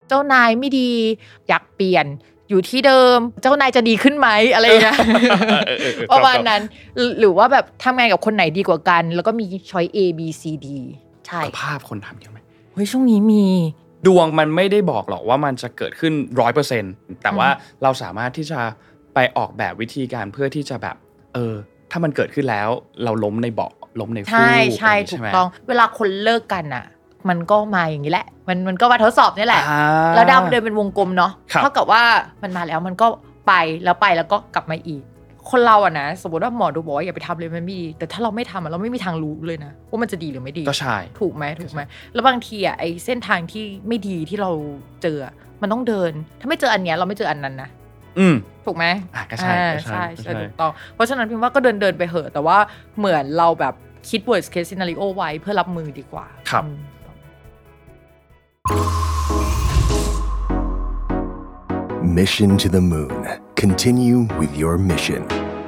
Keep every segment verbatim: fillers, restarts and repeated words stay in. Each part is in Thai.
เจ้านายไม่ดีอยากเปลี่ยนอยู่ที่เดิมเจ้านายจะดีขึ้นไหมอะไรเงี้ย ประมาณนั้นหรือว่าแบบทำงานกับคนไหนดีกว่ากันแล้วก็มีช้อย A B C D ใช่ภาพคนทำเยอะไหมเฮ้ยช่วงนี้มีดวงมันไม่ได้บอกหรอกว่ามันจะเกิดขึ้น ร้อยเปอร์เซ็นต์ แต่ว่าเราสามารถที่จะไปออกแบบวิธีการเพื่อที่จะแบบเออถ้ามันเกิดขึ้นแล้วเราล้มในเบาะล้มในฟูกใช่ใช่ถูกต้องเวลาคนเลิกกันอ่ะมันก็มาอย่างนี้แหละมันมันก็มาทดสอบนี่แหละแล้วดาวมันเดินเป็นวงกลมเนาะเท่ากับว่ามันมาแล้วมันก็ไปแล้วไปแล้วก็กลับมาอีกคนเราอะนะสมมติว่าหมอดูบอกว่าอย่าไปทำเลยมันไม่ดีแต่ถ้าเราไม่ทำเราไม่มีทางรู้เลยนะว่ามันจะดีหรือไม่ดีก็ใช่ถูกไหมถูกไหมแล้วบางทีอะไอเส้นทางที่ไม่ดีที่เราเจอมันต้องเดินถ้าไม่เจออันเนี้ยเราไม่เจออันนั้นนะอืมถูกไหมอ่ะก็ใช่ใช่ใช่ถูกต้องเพราะฉะนั้นพิมว่าก็เดินเดินไปเหอะแต่ว่าเหมือนเราแบบคิด worst case scenario ไว้เพื่อรับมือดีกว่าครับ Mission to the Moon. Continue with your mission.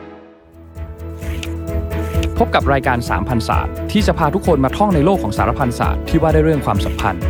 พบกับรายการสามพันศาสตร์ที่จะพาทุกคนมาท่องในโลกของสารพันศาสตร์ที่ว่าด้วยเรื่องความสัมพันธ์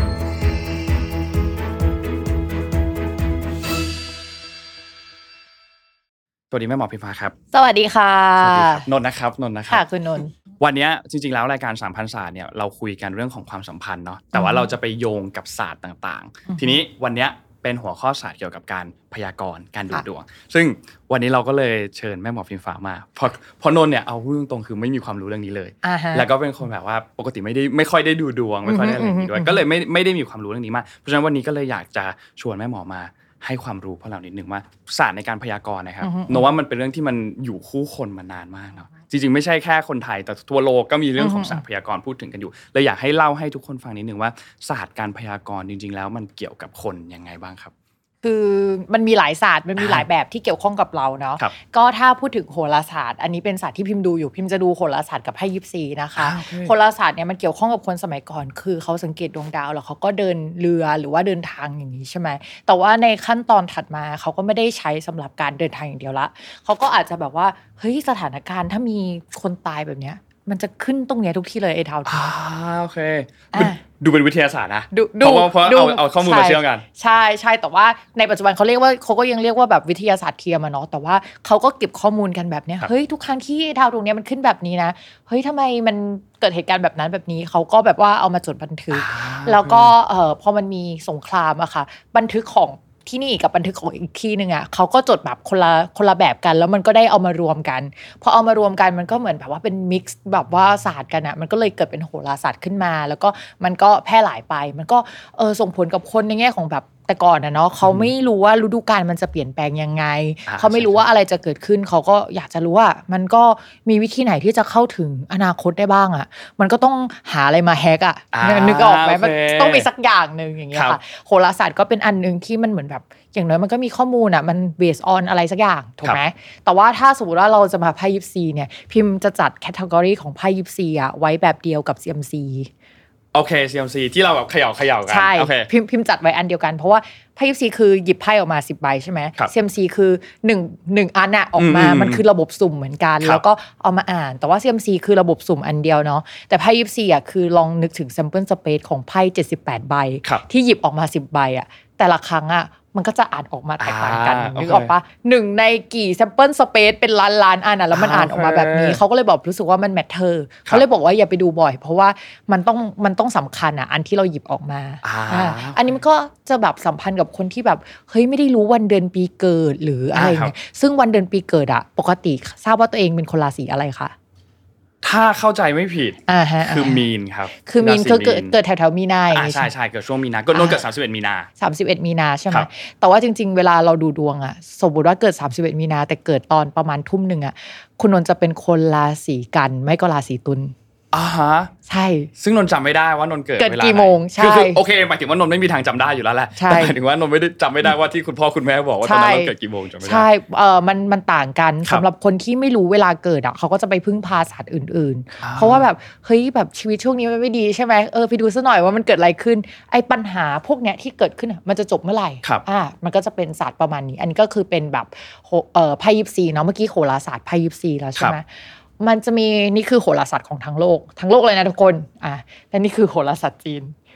สวัสดีแม่หมอพิมฟ้าครับสวัสดีค่ะสวัสดีครับนนท์นะครับนนท์นะครับค่ะคุณนนท์วันนี้จริงๆแล้วรายการสามพันศาสตร์เนี่ยเราคุยกันเรื่องของความสัมพันธ์เนาะแต่ว่าเราจะไปโยงกับศาสตร์ต่างๆทีนี้วันนี้เป็นหัวข้อศาสตร์เกี่ยวกับการพยากรณ์การดูดวงซึ่งวันนี้เราก็เลยเชิญแม่หมอพิมฟ้ามาเพราะเพราะนนท์เนี่ยเอาพูดตรงๆคือไม่มีความรู้เรื่องนี้เลยแล้วก็เป็นคนแบบว่าปกติไม่ได้ไม่ค่อยได้ดูดวงไม่ค่อยได้อะไรอย่างนี้ด้วยก็เลยไม่ไม่ได้มีความรู้เรื่องนี้มากเพราะฉะนั้นวันนี้ก็เลยอยากจะชวนแม่หมอมาให้ความรู้พวกเรานิดนึงว่าศาสตร์ในการพยากรณ์นะครับโนว่ามันเป็นเรื่องที่มันอยู่คู่คนมานานมากเนาะจริงๆไม่ใช่แค่คนไทยแต่ทั่วโลกก็มีเรื่องของศาสตร์พยากรณ์พูดถึงกันอยู่เลยอยากให้เล่าให้ทุกคนฟังนิดนึงว่าศาสตร์การพยากรณ์จริงๆแล้วมันเกี่ยวกับคนยังไงบ้างครับคือมันมีหลายศาสตร์มันมีหลายแบบที่เกี่ยวข้องกับเราเนาะก็ถ้าพูดถึงโหราศาสตร์อันนี้เป็นศาสตร์ที่พิมพ์ดูอยู่พิมพ์จะดูโหราศาสตร์กับไพ่ยิปซีนะคะโหราศาสตร์เนี่ยมันเกี่ยวข้องกับคนสมัยก่อนคือเขาสังเกตดวงดาวแล้วเขาก็เดินเรือหรือว่าเดินทางอย่างนี้ใช่ไหมแต่ว่าในขั้นตอนถัดมาเขาก็ไม่ได้ใช้สำหรับการเดินทางอย่างเดียวละเขาก็อาจจะแบบว่าเฮ้ยสถานการณ์ถ้ามีคนตายแบบเนี้ยมันจะขึ้นตรงเนี้ยทุกที่เลยไอ้ดาวอ่าโอเคดูเป็นวิทยาศาสตร์นะเพราะว่าเพราะเอาเอาข้อมูลมาเชื่อมกันใช่ใช่แต่ว่าในปัจจุบันเขาเรียกว่าเขาก็ยังเรียกว่าแบบวิทยาศาสตร์เทียมอะเนาะแต่ว่าเขาก็เก็บข้อมูลกันแบบเนี้ยเฮ้ยทุกครั้งที่ดาวดวงนี้มันขึ้นแบบนี้นะเฮ้ยทำไมมันเกิดเหตุการณ์แบบนั้นแบบนี้เขาก็แบบว่าเอามาจดบันทึกแล้วก็เอ่อพอมันมีสงครามอะค่ะบันทึกของที่นี่กับบันทึกของอีกที่นึงอ่ะเขาก็จดแบบคนละคนละแบบกันแล้วมันก็ได้เอามารวมกันพอเอามารวมกันมันก็เหมือนแบบว่าเป็นมิกซ์แบบว่าศาสตร์กันอ่ะมันก็เลยเกิดเป็นโหราศาสตร์ขึ้นมาแล้วก็มันก็แพร่หลายไปมันก็เออส่งผลกับคนในแง่ของแบบแต่ก่อนนะเนาะเขาไม่รู้ว่าฤดูกาลมันจะเปลี่ยนแปลงยังไงเขาไม่รู้ว่าอะไรจะเกิดขึ้นเขาก็อยากจะรู้ว่ามันก็มีวิธีไหนที่จะเข้าถึงอนาคตได้บ้างอ่ะมันก็ต้องหาอะไรมาแฮกอ่ะนึกออกไหมมันต้องมีสักอย่างนึงอย่างเงี้ยค่ะโหราศาสตร์ก็เป็นอันนึงที่มันเหมือนแบบอย่างน้อยมันก็มีข้อมูลอ่ะมัน based on อะไรสักอย่างถูกไหมแต่ว่าถ้าสมมติว่าเราจะมาไพ่ยิปซีเนี่ยพิมพ์จะจัดแคตตากรีของไพ่ยิปซีอ่ะไว้แบบเดียวกับ ซี เอ็ม ซีโอเค ซี เอ็ม ซี ที่เราแบบเขย่าเขย่ากันใช่โอเคพิมพ์พิมพ์จัดไว้อันเดียวกันเพราะว่าไพ่ยิปซีคือหยิบไพ่ออกมาสิบใบใช่ไหม ซี เอ็ม ซี คือหนึ่ง หนึ่งอันน่ะออกมามันคือระบบสุ่มเหมือนกันแล้วก็เอามาอ่านแต่ว่า ซี เอ็ม ซี คือระบบสุ่มอันเดียวเนาะแต่ไพ่ยิปซีอ่ะคือลองนึกถึง sample space ของไพ่เจ็ดสิบแปดใบที่หยิบออกมาสิบใบอ่ะแต่ละครั้งอ่ะมันก็จะอ่านออกมาแตกต่างกันนึกออกปะหนึ่งในกี่ sample space เป็นล้านล้านอันน่ะแล้วมันอ่านออกมาแบบนี้เขาก็เลยบอกรู้สึกว่ามัน matter เขาเลยบอกว่าอย่าไปดูบ่อยเพราะว่ามันต้องมันต้องสำคัญอ่ะอันที่เราหยิบออกมาอ่าอันนี้มันก็จะแบบสัมพันธ์กับคนที่แบบเฮ้ยไม่ได้รู้วันเดือนปีเกิดหรืออะไรเงี้ยซึ่งวันเดือนปีเกิดอ่ะปกติทราบว่าตัวเองเป็นคนราศีอะไรคะถ้าเข้าใจไม่ผิดคือมีนครับคือมีนคือเกิดเกิดแถวๆมีนาอ่าใช่ๆเกิดช่วงมีนาก็โดนเกิดสามสิบเอ็ดมีนาสามสิบเอ็ดมีนาใช่มั้ยแต่ว่าจริงๆเวลาเราดูดวงอ่ะสมมุติว่าเกิดสามสิบเอ็ดมีนาแต่เกิดตอนประมาณทุ่มนึงอ่ะคุณนนท์จะเป็นคนราศีกันไม่ก็ราศีตุลอ่าฮะใช่ซึ่งนนท์จำไม่ได้ว่านนท์เกิดเวลากี่โมงใช่คือโอเคหมายถึงว่านนท์ไม่มีทางจำได้อยู่แล้วแหละแต่หมายถึงว่านนท์ไม่ได้จำไม่ได้ว่าที่คุณพ่อคุณแม่บอกว่าตอนนั้นเราเกิดกี่โมงจำไม่ได้ใช่เออมันมันต่างกันสำหรับคนที่ไม่รู้เวลาเกิดอ่ะเขาก็จะไปพึ่งพาศาสตร์อื่นๆเพราะว่าแบบเฮ้ยแบบชีวิตช่วงนี้มันไม่ดีใช่ไหมเออไปดูซะหน่อยว่ามันเกิดอะไรขึ้นไอ้ปัญหาพวกเนี้ยที่เกิดขึ้นมันจะจบเมื่อไหร่อ่ามันก็จะเป็นศาสตร์ประมาณนี้อันนี้ก็คือเป็นแบบเอ่อไพ่ยิปซีเนาะเมื่อกี้โหราศาสตร์ไพ่ยิปซีแล้วใช่ไหมมันจะมีนี่คือโหราศาสตร์ของทั้งโลกทั้งโลกเลยนะทุกคนอ่ะและนี่คือโหราศาสตร์จีน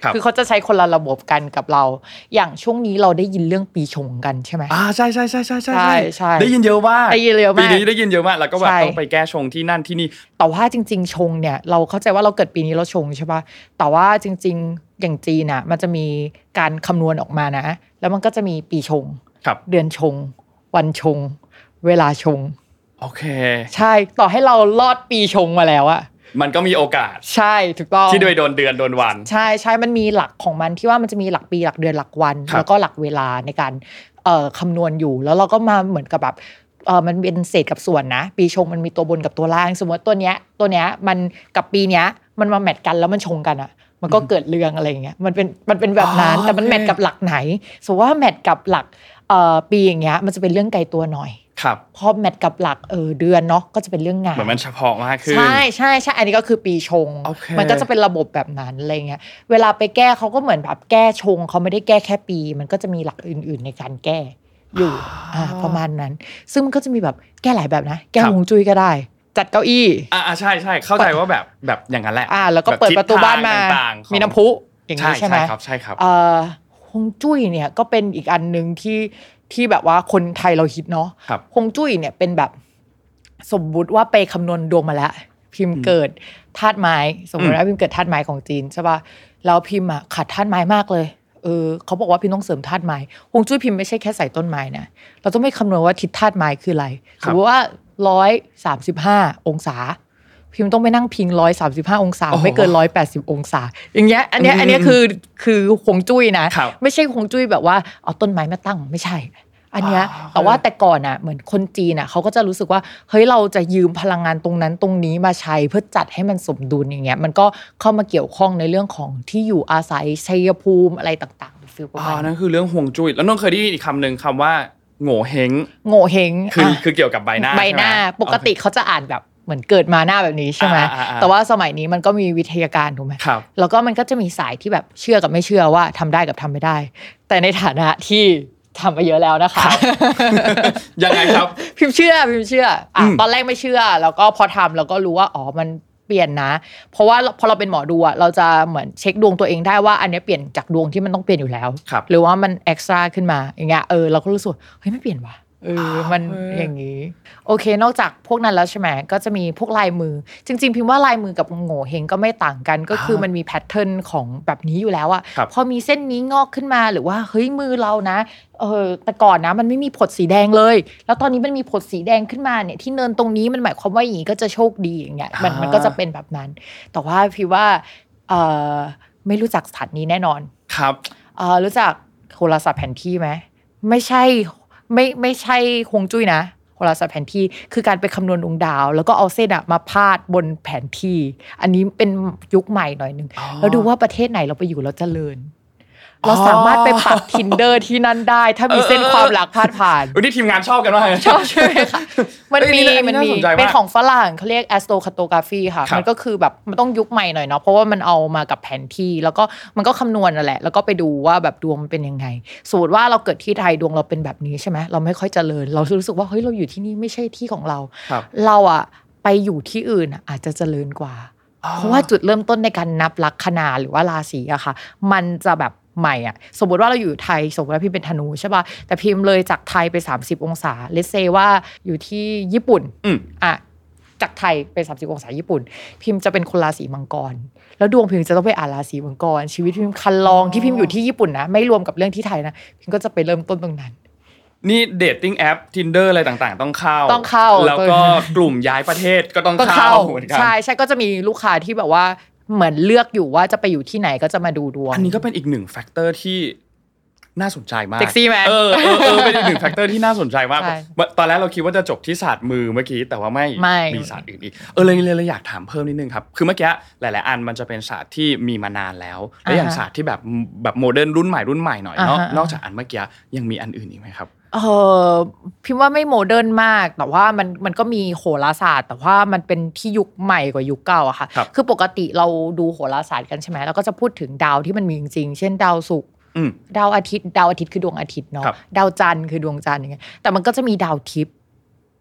คือเขาจะใช้คนละระบบกันกับเราอย่างช่วงนี้เราได้ยินเรื่องปีชงกันใช่ไหมอ่าใช่ใช่ใช่ใช่ใช่ใช่ได้ยินเยอะมากได้ยินเยอะมากปีนี้ได้ยินเยอะมากแล้วก็แบบต้องไปแก้ชงที่นั่นที่นี่แต่ว่าจริงๆชงเนี่ยเราเข้าใจว่าเราเกิดปีนี้เราชงใช่ป่ะแต่ว่าจริงๆอย่างจีนน่ะมันจะมีการคำนวณออกมานะแล้วมันก็จะมีปีชงเดือนชงวันชงเวลาชงโอเคใช่ต่อให้เราลอดปีชงมาแล้วอะมันก็มีโอกาสใช่ถูกต้องที่โดยโดนเดือนโดนวันใช่ใช่มันมีหลักของมันที่ว่ามันจะมีหลักปีหลักเดือนหลักวันแล้วก็หลักเวลาในการเอ่อคำนวณอยู่แล้วเราก็มาเหมือนกับแบบเออมันเป็นเศษกับส่วนนะปีชงมันมีตัวบนกับตัวล่างสมมติตัวเนี้ยตัวเนี้ยมันกับปีเนี้ยมันมาแมทกันแล้วมันชงกันอ่ะมันก็เกิดเรื่องอะไรอย่างเงี้ยมันเป็นมันเป็นแบบนั้นแต่มันแมทกับหลักไหนสมมติว่าแมทกับหลักเอ่อปีอย่างเงี้ยมันจะเป็นเรื่องไกลตัวหน่อยครับพอแมทกับหลักเออเดือนเนาะก็จะเป็นเรื่องงานเหมือนมันเฉพาะมากขึ้นใช่ใช่ใช่อันนี้ก็คือปีชง okay. มันก็จะเป็นระบบแบบนั้นอะไรเงี้ยเวลาไปแก้เขาก็เหมือนแบบแก้ชงเขาไม่ได้แก้แค่ปีมันก็จะมีหลักอื่นๆในการแก้อยู่อ่าประมาณนั้นซึ่งมันก็จะมีแบบแก้หลายแบบนะแก้ฮวงจุ้ยก็ได้จัดเก้าอี้อ่าใช่ใช่เข้าใจว่าแบบแบบอย่างนั้นแหละอ่าแล้วก็เปิดประตูบ้านมามีน้ำพุอย่างนี้ใช่ไหมใช่ครับใช่ครับอ่าฮวงจุ้ยเนี่ยก็เป็นอีกอันนึงที่ที่แบบว่าคนไทยเราฮิตเนาะฮวงจุ้ยเนี่ยเป็นแบบสมมุติว่าไปคำนวณดวงมาแล้วพิมพ์เกิดธาตุไม้สมมติว่าพิมพ์เกิดธาตุไม้ของจีนใช่ป่ะแล้วพิมพ์อ่ะขาดธาตุไม้มากเลยเออเขาบอกว่าพิมพ์ต้องเสริมธาตุไม้ฮวงจุ้ยพิมพ์ไม่ใช่แค่ใส่ต้นไม้นะเราต้องไม่คำนวณว่าทิศธาตุไม้คืออะไรสมมติว่าร้อยสามสิบห้าองศาพิมพ์ต้องไปนั่งพิงร้อยสามสิบห้าองศาไม่เกินร้อยแปดสิบองศาอย่างเงี้ยอันเนี้ยอันเนี้ยคือคือฮวงจุ้ยนะไม่ใช่ฮวงจุ้ยแบบว่าเอาต้นไม้มาตั้งไม่ใช่อันเนี้ยแต่ว่าแต่ก่อนอ่ะเหมือนคนจีนอ่ะเขาก็จะรู้สึกว่าเฮ้ยเราจะยืมพลังงานตรงนั้นตรงนี้มาใช้เพื่อจัดให้มันสมดุลอย่างเงี้ยมันก็เข้ามาเกี่ยวข้องในเรื่องของที่อยู่อาศัยชัยภูมิอะไรต่างๆฟีลประมาณนั้นนั่นคือเรื่องฮวงจุ้ยแล้วน้องเคยได้ยินอีกคำหนึ่งคำว่าโง่เฮงโง่เฮงคือคือเกี่ยวกับใบหน้าใบหน้าปกติเขาจะอ่านแบบเหมือนเกิดมาหน้าแบบนี้ใช่ไหมแต่ว่าสมัยนี้มันก็มีวิทยาการถูกไหมแล้วก็มันก็จะมีสายที่แบบเชื่อกับไม่เชื่อว่าทำได้กับทำไม่ได้แต่ในฐานะที่ทำมาเยอะแล้วนะคะยังไงครับพิมพ์เชื่อพิมพ์เชื่ออ่ะตอนแรกไม่เชื่อแล้วก็พอทำแล้วก็รู้ว่าอ๋อมันเปลี่ยนนะเพราะว่าพอเราเป็นหมอดูอ่ะเราจะเหมือนเช็คดวงตัวเองได้ว่าอันนี้เปลี่ยนจากดวงที่มันต้องเปลี่ยนอยู่แล้วหรือว่ามันเอ็กซ์ตร้าขึ้นมาอย่างเงี้ยเออเราก็รู้สึกเฮ้ยไม่เปลี่ยนว่ะเออมันอย่างงี้โอเคนอกจากพวกนั้นแล้วใช่ไหมก็จะมีพวกลายมือจริงๆพิมพ์ว่าลายมือกับโง่เฮงก็ไม่ต่างกันก็คือมันมีแพทเทิร์นของแบบนี้อยู่แล้วอะพอมีเส้นนี้งอกขึ้นมาหรือว่าเฮ้ยมือเรานะเออแต่ก่อนนะมันไม่มีผดสีแดงเลยแล้วตอนนี้มันมีผดสีแดงขึ้นมาเนี่ยที่เนินตรงนี้มันหมายความว่าอย่างนี้ก็จะโชคดีอย่างเงี้ยมันมันก็จะเป็นแบบนั้นแต่ว่าพี่ว่าเออไม่รู้จักสถานนี้แน่นอนครับเออรู้จักโหราศาสตร์แผนที่ไหมไม่ใช่ไม่ไม่ใช่ฮวงจุ้ยนะโหราศาสตร์แผนที่คือการไปคำนวณดวงดาวแล้วก็เอาเส้นอะมาพาดบนแผนที่อันนี้เป็นยุคใหม่หน่อยนึงแล้วดูว่าประเทศไหนเราไปอยู่แล้วเจริญเราสามารถไปปัก Tinder ที่นั่นได้ถ้ามีเส้นความรักพาดผ่านวันนี้ทีมงานชอบกันมากชอบใช่ไหมคะมันมีมันมีเป็นของฝรั่งเขาเรียก astrocartography ค่ะมันก็คือแบบมันต้องยุคใหม่หน่อยเนาะเพราะว่ามันเอามากับแผนที่แล้วก็มันก็คำนวณนั่นแหละแล้วก็ไปดูว่าแบบดวงมันเป็นยังไงสมมติว่าเราเกิดที่ไทยดวงเราเป็นแบบนี้ใช่ไหมเราไม่ค่อยเจริญเรารู้สึกว่าเฮ้ยเราอยู่ที่นี่ไม่ใช่ที่ของเราเราอะไปอยู่ที่อื่นอาจจะเจริญกว่าเพราะว่าจุดเริ่มต้นในการนับลัคนาหรือว่าราศีอะค่ะมันจะแบบใหม่อ่ะสมมติว่าเราอยู่ไทยสมมติว่าพิมเป็นธนูใช่ป่ะแต่พิมเลยจากไทยไปสามสิบองศาเลทเซว่าอยู่ที่ญี่ปุ่นอ่ะจากไทยไปสามสิบองศาญี่ปุ่นพิมจะเป็นคนราศีมังกรแล้วดวงพิมจะต้องไปอ่านราศีมังกรชีวิตพิมคันลองที่พิมอยู่ที่ญี่ปุ่นนะไม่รวมกับเรื่องที่ไทยนะพิมก็จะไปเริ่มต้นตรงนั้นนี่เดทติ้งแอป Tinder อะไรต่างๆต้องเข้าต้องเข้าแล้วก็กลุ่มย้ายประเทศก็ต้องเข้าเหมือนกันใช่ใช่ก็จะมีลูกค้าที่แบบว่าเหมือนเลือกอยู่ว่าจะไปอยู่ที่ไหนก็จะมาดูดวงอันนี้ก็เป็นอีกหนึ่งแฟกเตอร์ที่น่าสนใจมากเซ็กซี่ไหมเออเออเออเป็นอีกหนึ่งแฟกเตอร์ที่น่าสนใจมากตอนแรกเราคิดว่าจะจบที่ศาสตร์มือเมื่อกี้แต่ว่าไม่มีศาสตร์อื่นอีกเออเลยเลยอยากถามเพิ่มนิดนึงครับคือเมื่อกี้หลายๆอันมันจะเป็นศาสตร์ที่มีมานานแล้วและอย่างศาสตร์ที่แบบแบบโมเดิร์นรุ่นใหม่รุ่นใหม่หน่อยเนาะนอกจากอันเมื่อกี้ยังมีอันอื่นอีกไหมครับเออพิมพ์ว่าไม่โมเดิร์นมากแต่ว่ามันมันก็มีโหราศาสตร์แต่ว่ามันเป็นที่ยุคใหม่กว่ายุคเก่าอะค่ะคือปกติเราดูโหราศาสตร์กันใช่ไหมแล้วก็จะพูดถึงดาวที่มันมีจริงๆเช่นดาวศุกร์ดาวอาทิตย์ดาวอาทิตย์คือดวงอาทิตย์เนาะดาวจันทร์คือดวงจันทร์อย่างเงี้ยแต่มันก็จะมีดาวทิพย์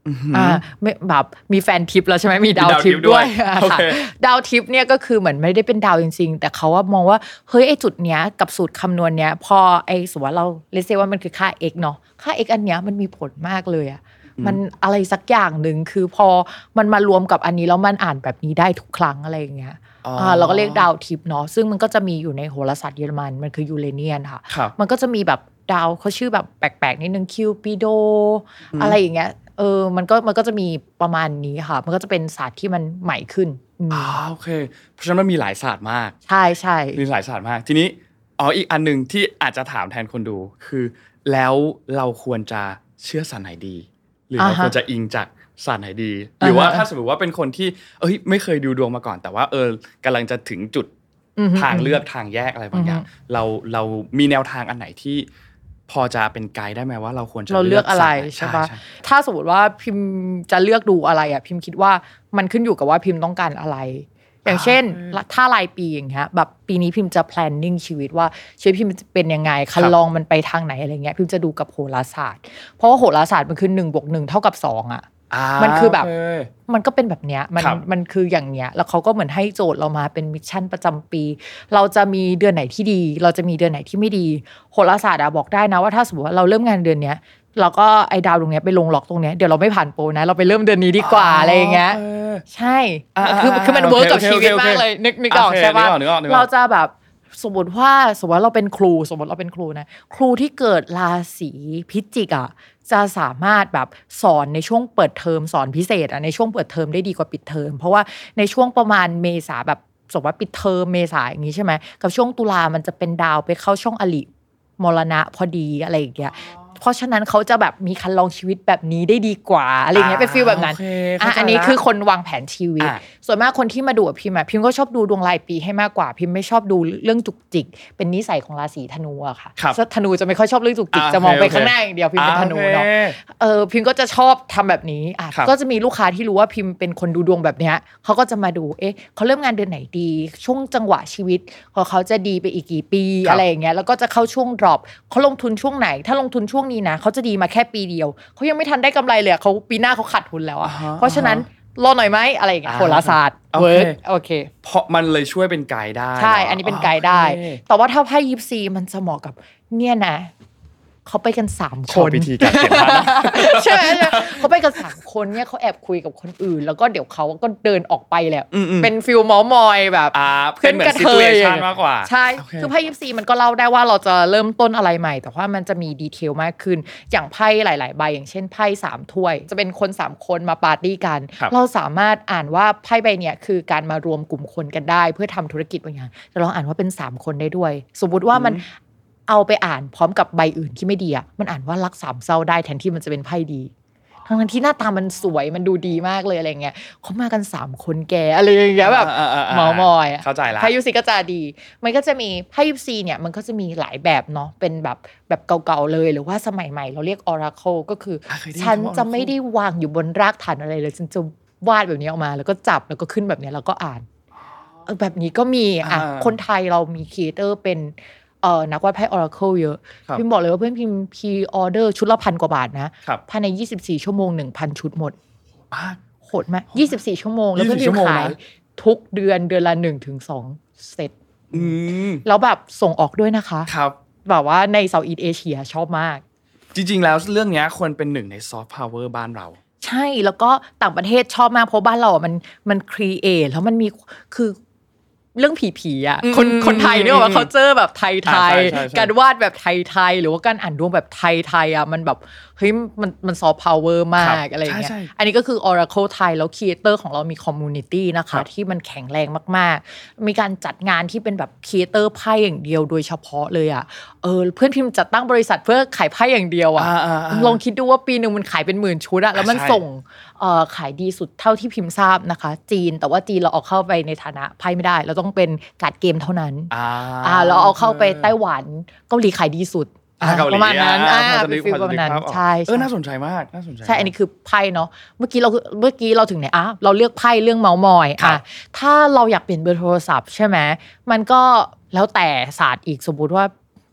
อ่าแบบมีแฟนทิปแล้วใช่ไหมมีดาวทิปด้วยค่ะดาวทิปเนี่ยก็คือเหมือนไม่ได้เป็นดาวจริงๆแต่เขาว่ามองว่าเฮ้ยไอ้จุดเนี้ยกับสูตรคำนวณเนี้ยพอไอ้สมมติว่าเราเลเซว่ามันคือค่า x เนาะค่า x อันเนี้ยมันมีผลมากเลยอะมันอะไรสักอย่างหนึ่งคือพอมันมารวมกับอันนี้แล้วมันอ่านแบบนี้ได้ทุกครั้งอะไรอย่างเงี้ยอ่าเราก็เรียกดาวทิปเนาะซึ่งมันก็จะมีอยู่ในโหราศาสตร์เยอรมันมันคือยูเรเนียนค่ะมันก็จะมีแบบดาวเขาชื่อแบบแปลกๆนิดนึงคิวปิโดอะไรอย่างเงี้ยเออมันก็มันก็จะมีประมาณนี้ค่ะมันก็จะเป็นศาสตร์ที่มันใหม่ขึ้นอ๋อโอเคเพราะฉะนั้นมันมีหลายศาสตร์มากใช่ใช่มีหลายศาสตร์มากทีนี้อ๋ออีกอันนึงที่อาจจะถามแทนคนดูคือแล้วเราควรจะเชื่อศาสตร์ไหนดีหรือเราควรจะอิงจากศาสตร์ไหนดีหรือว่าถ้าสมมติว่าเป็นคนที่เอ้ยไม่เคยดูดวงมาก่อนแต่ว่าเออกำลังจะถึงจุดทางเลือกทางแยกอะไรบางอย่างเราเรามีแนวทางอันไหนที่พอจะเป็นไกด์ได้ไหมว่าเราควรจะเราเลือกอะไรใช่ป่ะถ้าสมมติว่าพิมพ์จะเลือกดูอะไรอ่ะพิมพ์คิดว่ามันขึ้นอยู่กับว่าพิมพ์ต้องการอะไรอย่างเช่นถ้ารายปีอย่างเงี้ยแบบปีนี้พิมพ์จะ planning ชีวิตว่าชีวิตพิมพ์เป็นยังไงคันลองมันไปทางไหนอะไรเงี้ยพิมพ์จะดูกับโหราศาสตร์เพราะว่าโหราศาสตร์มันคือหนึ่งบวกหนึ่งเท่ากับสองอ่ะมันคือแบบมันก็เป็นแบบเนี้ยมันมันคืออย่างเนี้ยแล้วเขาก็เหมือนให้โจทย์เรามาเป็นมิชชั่นประจำปีเราจะมีเดือนไหนที่ดีเราจะมีเดือนไหนที่ไม่ดีโหราศาสตร์อะบอกได้นะว่าถ้าสมมติว่าเราเริ่มงานเดือนเนี้ยเราก็ไอ้ดาวตรงเนี้ยไปลงล็อกตรงเนี้ยเดี๋ยวเราไม่ผ่านโปรนะเราไปเริ่มเดือนนี้ดีกว่าอะไรอย่างเงี้ยใช่คือคือมันเวิร์กกับชีวิตมากเลยนึกนึกออกใช่ป่ะเราจะแบบสมมติว่าสมมติว่าเราเป็นครูสมมติเราเป็นครูนะครูที่เกิดราศีพิจิกอ่ะจะสามารถแบบสอนในช่วงเปิดเทอมสอนพิเศษอ่ะในช่วงเปิดเทอมได้ดีกว่าปิดเทอมเพราะว่าในช่วงประมาณเมษาแบบสมมติว่าปิดเทอมเมษาอย่างนี้ใช่ไหมกับช่วงตุลามันจะเป็นดาวไปเข้าช่องอลิมรณะพอดีอะไรอย่างเงี้ยเพราะฉะนั้นเขาจะแบบมีคันลองชีวิตแบบนี้ได้ดีกว่าอะไรเงี้ยเป็นฟีลแบบนั้นอ่ะอันนี้คือคนวางแผนชีวิตส่วนมากคนที่มาดูกับพิมพ์อ่ะพิมก็ชอบดูดวงรายปีให้มากกว่าพิมไม่ชอบดูเรื่องจุกจิกเป็นนิสัยของราศีธนูอะค่ะธนูจะไม่ค่อยชอบเรื่องจุกจิกจะมองไปข้างหน้าอย่างเดียวพิมเป็นธนูเนาะเออพิมก็จะชอบทำแบบนี้อ่ะก็จะมีลูกค้าที่รู้ว่าพิมเป็นคนดูดวงแบบเนี้ยเขาก็จะมาดูเอ๊ะเขาเริ่มงานเดือนไหนดีช่วงจังหวะชีวิตของเขาจะดีไปอีกกี่ปีอะไรอย่างเงี้ยแล้วก็จะเข้าช่วง drop เขาลงทุนช่วงไหนถ้าลงทุนช่วงนี้นะเขาจะดีมาแค่ปีเดียวเขายังไม่ทันได้กำไรเลยเขาปีหน้าเขาขาดทุนแล้วอ่ะเพราะฉะนั้นรอหน่อยไหมอะไรอย่างเงี้ยโหราศาสตร์เวิร์กโอเคเพราะมันเลยช่วยเป็นไกด์ได้ใช่อันนี้เป็นไกด์ได้แต่ว่าถ้าไพ่ยิปซีมันจะเหมาะกับเนี่ยนะเขาไปกันสามคนชอบวิธีการเก็บภาพใช่ไหมเขาไปกันสามคนเนี่ยเขาแอบคุยกับคนอื่นแล้วก็เดี๋ยวเขาก็เดินออกไปแหละเป็นฟิลมอมอยแบบเพื่อนกันเทยมากกว่าใช่คือไพ่ยิปซีมันก็เล่าได้ว่าเราจะเริ่มต้นอะไรใหม่แต่ว่ามันจะมีดีเทลมากขึ้นอย่างไพ่หลายๆใบอย่างเช่นไพ่สามถ้วยจะเป็นคนสามคนมาปาร์ตี้กันเราสามารถอ่านว่าไพ่ใบเนี้ยคือการมารวมกลุ่มคนกันได้เพื่อทำธุรกิจบางอย่างแต่เราอ่านว่าเป็นสามคนได้ด้วยสมมุติว่ามันเอาไปอ่านพร้อมกับใบอื่นที่ไม่ดีอ่ะมันอ่านว่ารักสามเศร้าได้แทนที่มันจะเป็นไพ่ดีทั้งที่หน้าตามันสวยมันดูดีมากเลยอะไรเงี้ยเขามากันสามคนแกอะไรอย่างเงี้ยแบบหมอมอยเข้าใจละไพ่ยูซีก็จะดีมันก็จะมีไพ่ยูซีเนี่ยมันก็จะมีหลายแบบเนาะเป็นแบบแบบเก่าๆเลยหรือว่าสมัยใหม่เราเรียก Oracle ก็คือฉันจะไม่ได้วางอยู่บนรากฐานอะไรเลยฉันจะวาดแบบนี้ออกมาแล้วก็จับแล้วก็ขึ้นแบบนี้แล้วก็อ่านแบบนี้ก็มีอ่ะคนไทยเรามีครีเอเตอร์เป็นเอ่อนักวาดไพ่ Oracle เยอะพิมพ์บอกเลยว่าเพื่อนพิมพ์พรีออเดอร์ชุดละพันกว่าบาทนะภายในยี่สิบสี่ชั่วโมง หนึ่งพัน ชุดหมดโหดมากยี่สิบสี่ชั่วโมงแล้วเพื่อนพิมพ์ขายทุกเดือนเดือนละ หนึ่งถึงสอง เซตแล้วแบบส่งออกด้วยนะคะครับแบบว่าในเซาท์อีสต์เอเชียชอบมากจริงๆแล้วเรื่องนี้ควรเป็นหนึ่งในซอฟต์พาวเวอร์บ้านเราใช่แล้วก็ต่างประเทศชอบมากเพราะบ้านเราอ่ะมันมันครีเอทแล้วมันมีคือเรื่องผีๆอ่ะคนคนไทยเนี่ยว่าเขาเจอแบบไทยๆการวาดแบบไทยๆหรือว่าการอ่านดวงแบบไทยๆอ่ะมันแบบเฮ้ยมันมันซอฟต์พาวเวอร์มากอะไรอย่างเงี้ยอันนี้ก็คือ Oracle ไทยแล้วครีเอเตอร์ของเรามีคอมมูนิตี้นะคะที่มันแข็งแรงมากๆมีการจัดงานที่เป็นแบบครีเอเตอร์ไพ่อย่างเดียวโดยเฉพาะเลยอ่ะเออเพื่อนพิมพ์จัดตั้งบริษัทเพื่อขายไพ่อย่างเดียวอ่ะลองคิดดูว่าปีนึงมันขายเป็นหมื่นชุดอ่ะแล้วมันส่งเอ่อขายดีสุดเท่าที่พิมพ์ทราบนะคะจีนแต่ว่าจีนเราเอาเข้าไปในฐานะไพ่ไม่ได้เราต้องเป็นการ์ดเกมเท่านั้นอ่าเราเอาเข้าไปไต้หวันเกาหลีขายดีสุดประมาณนั้นอ่าเป็นฟีลประมาณนั้นใช่เออน่าสนใจมากน่าสนใจใช่อันนี้คือไพ่เนาะเมื่อกี้เราเมื่อกี้เราถึงไหนอ่ะเราเลือกไพ่เรื่องเมาส์มอยอ่ะถ้าเราอยากเปลี่ยนเบอร์โทรศัพท์ใช่ไหมมันก็แล้วแต่ศาสตร์อีกสมมุติว่า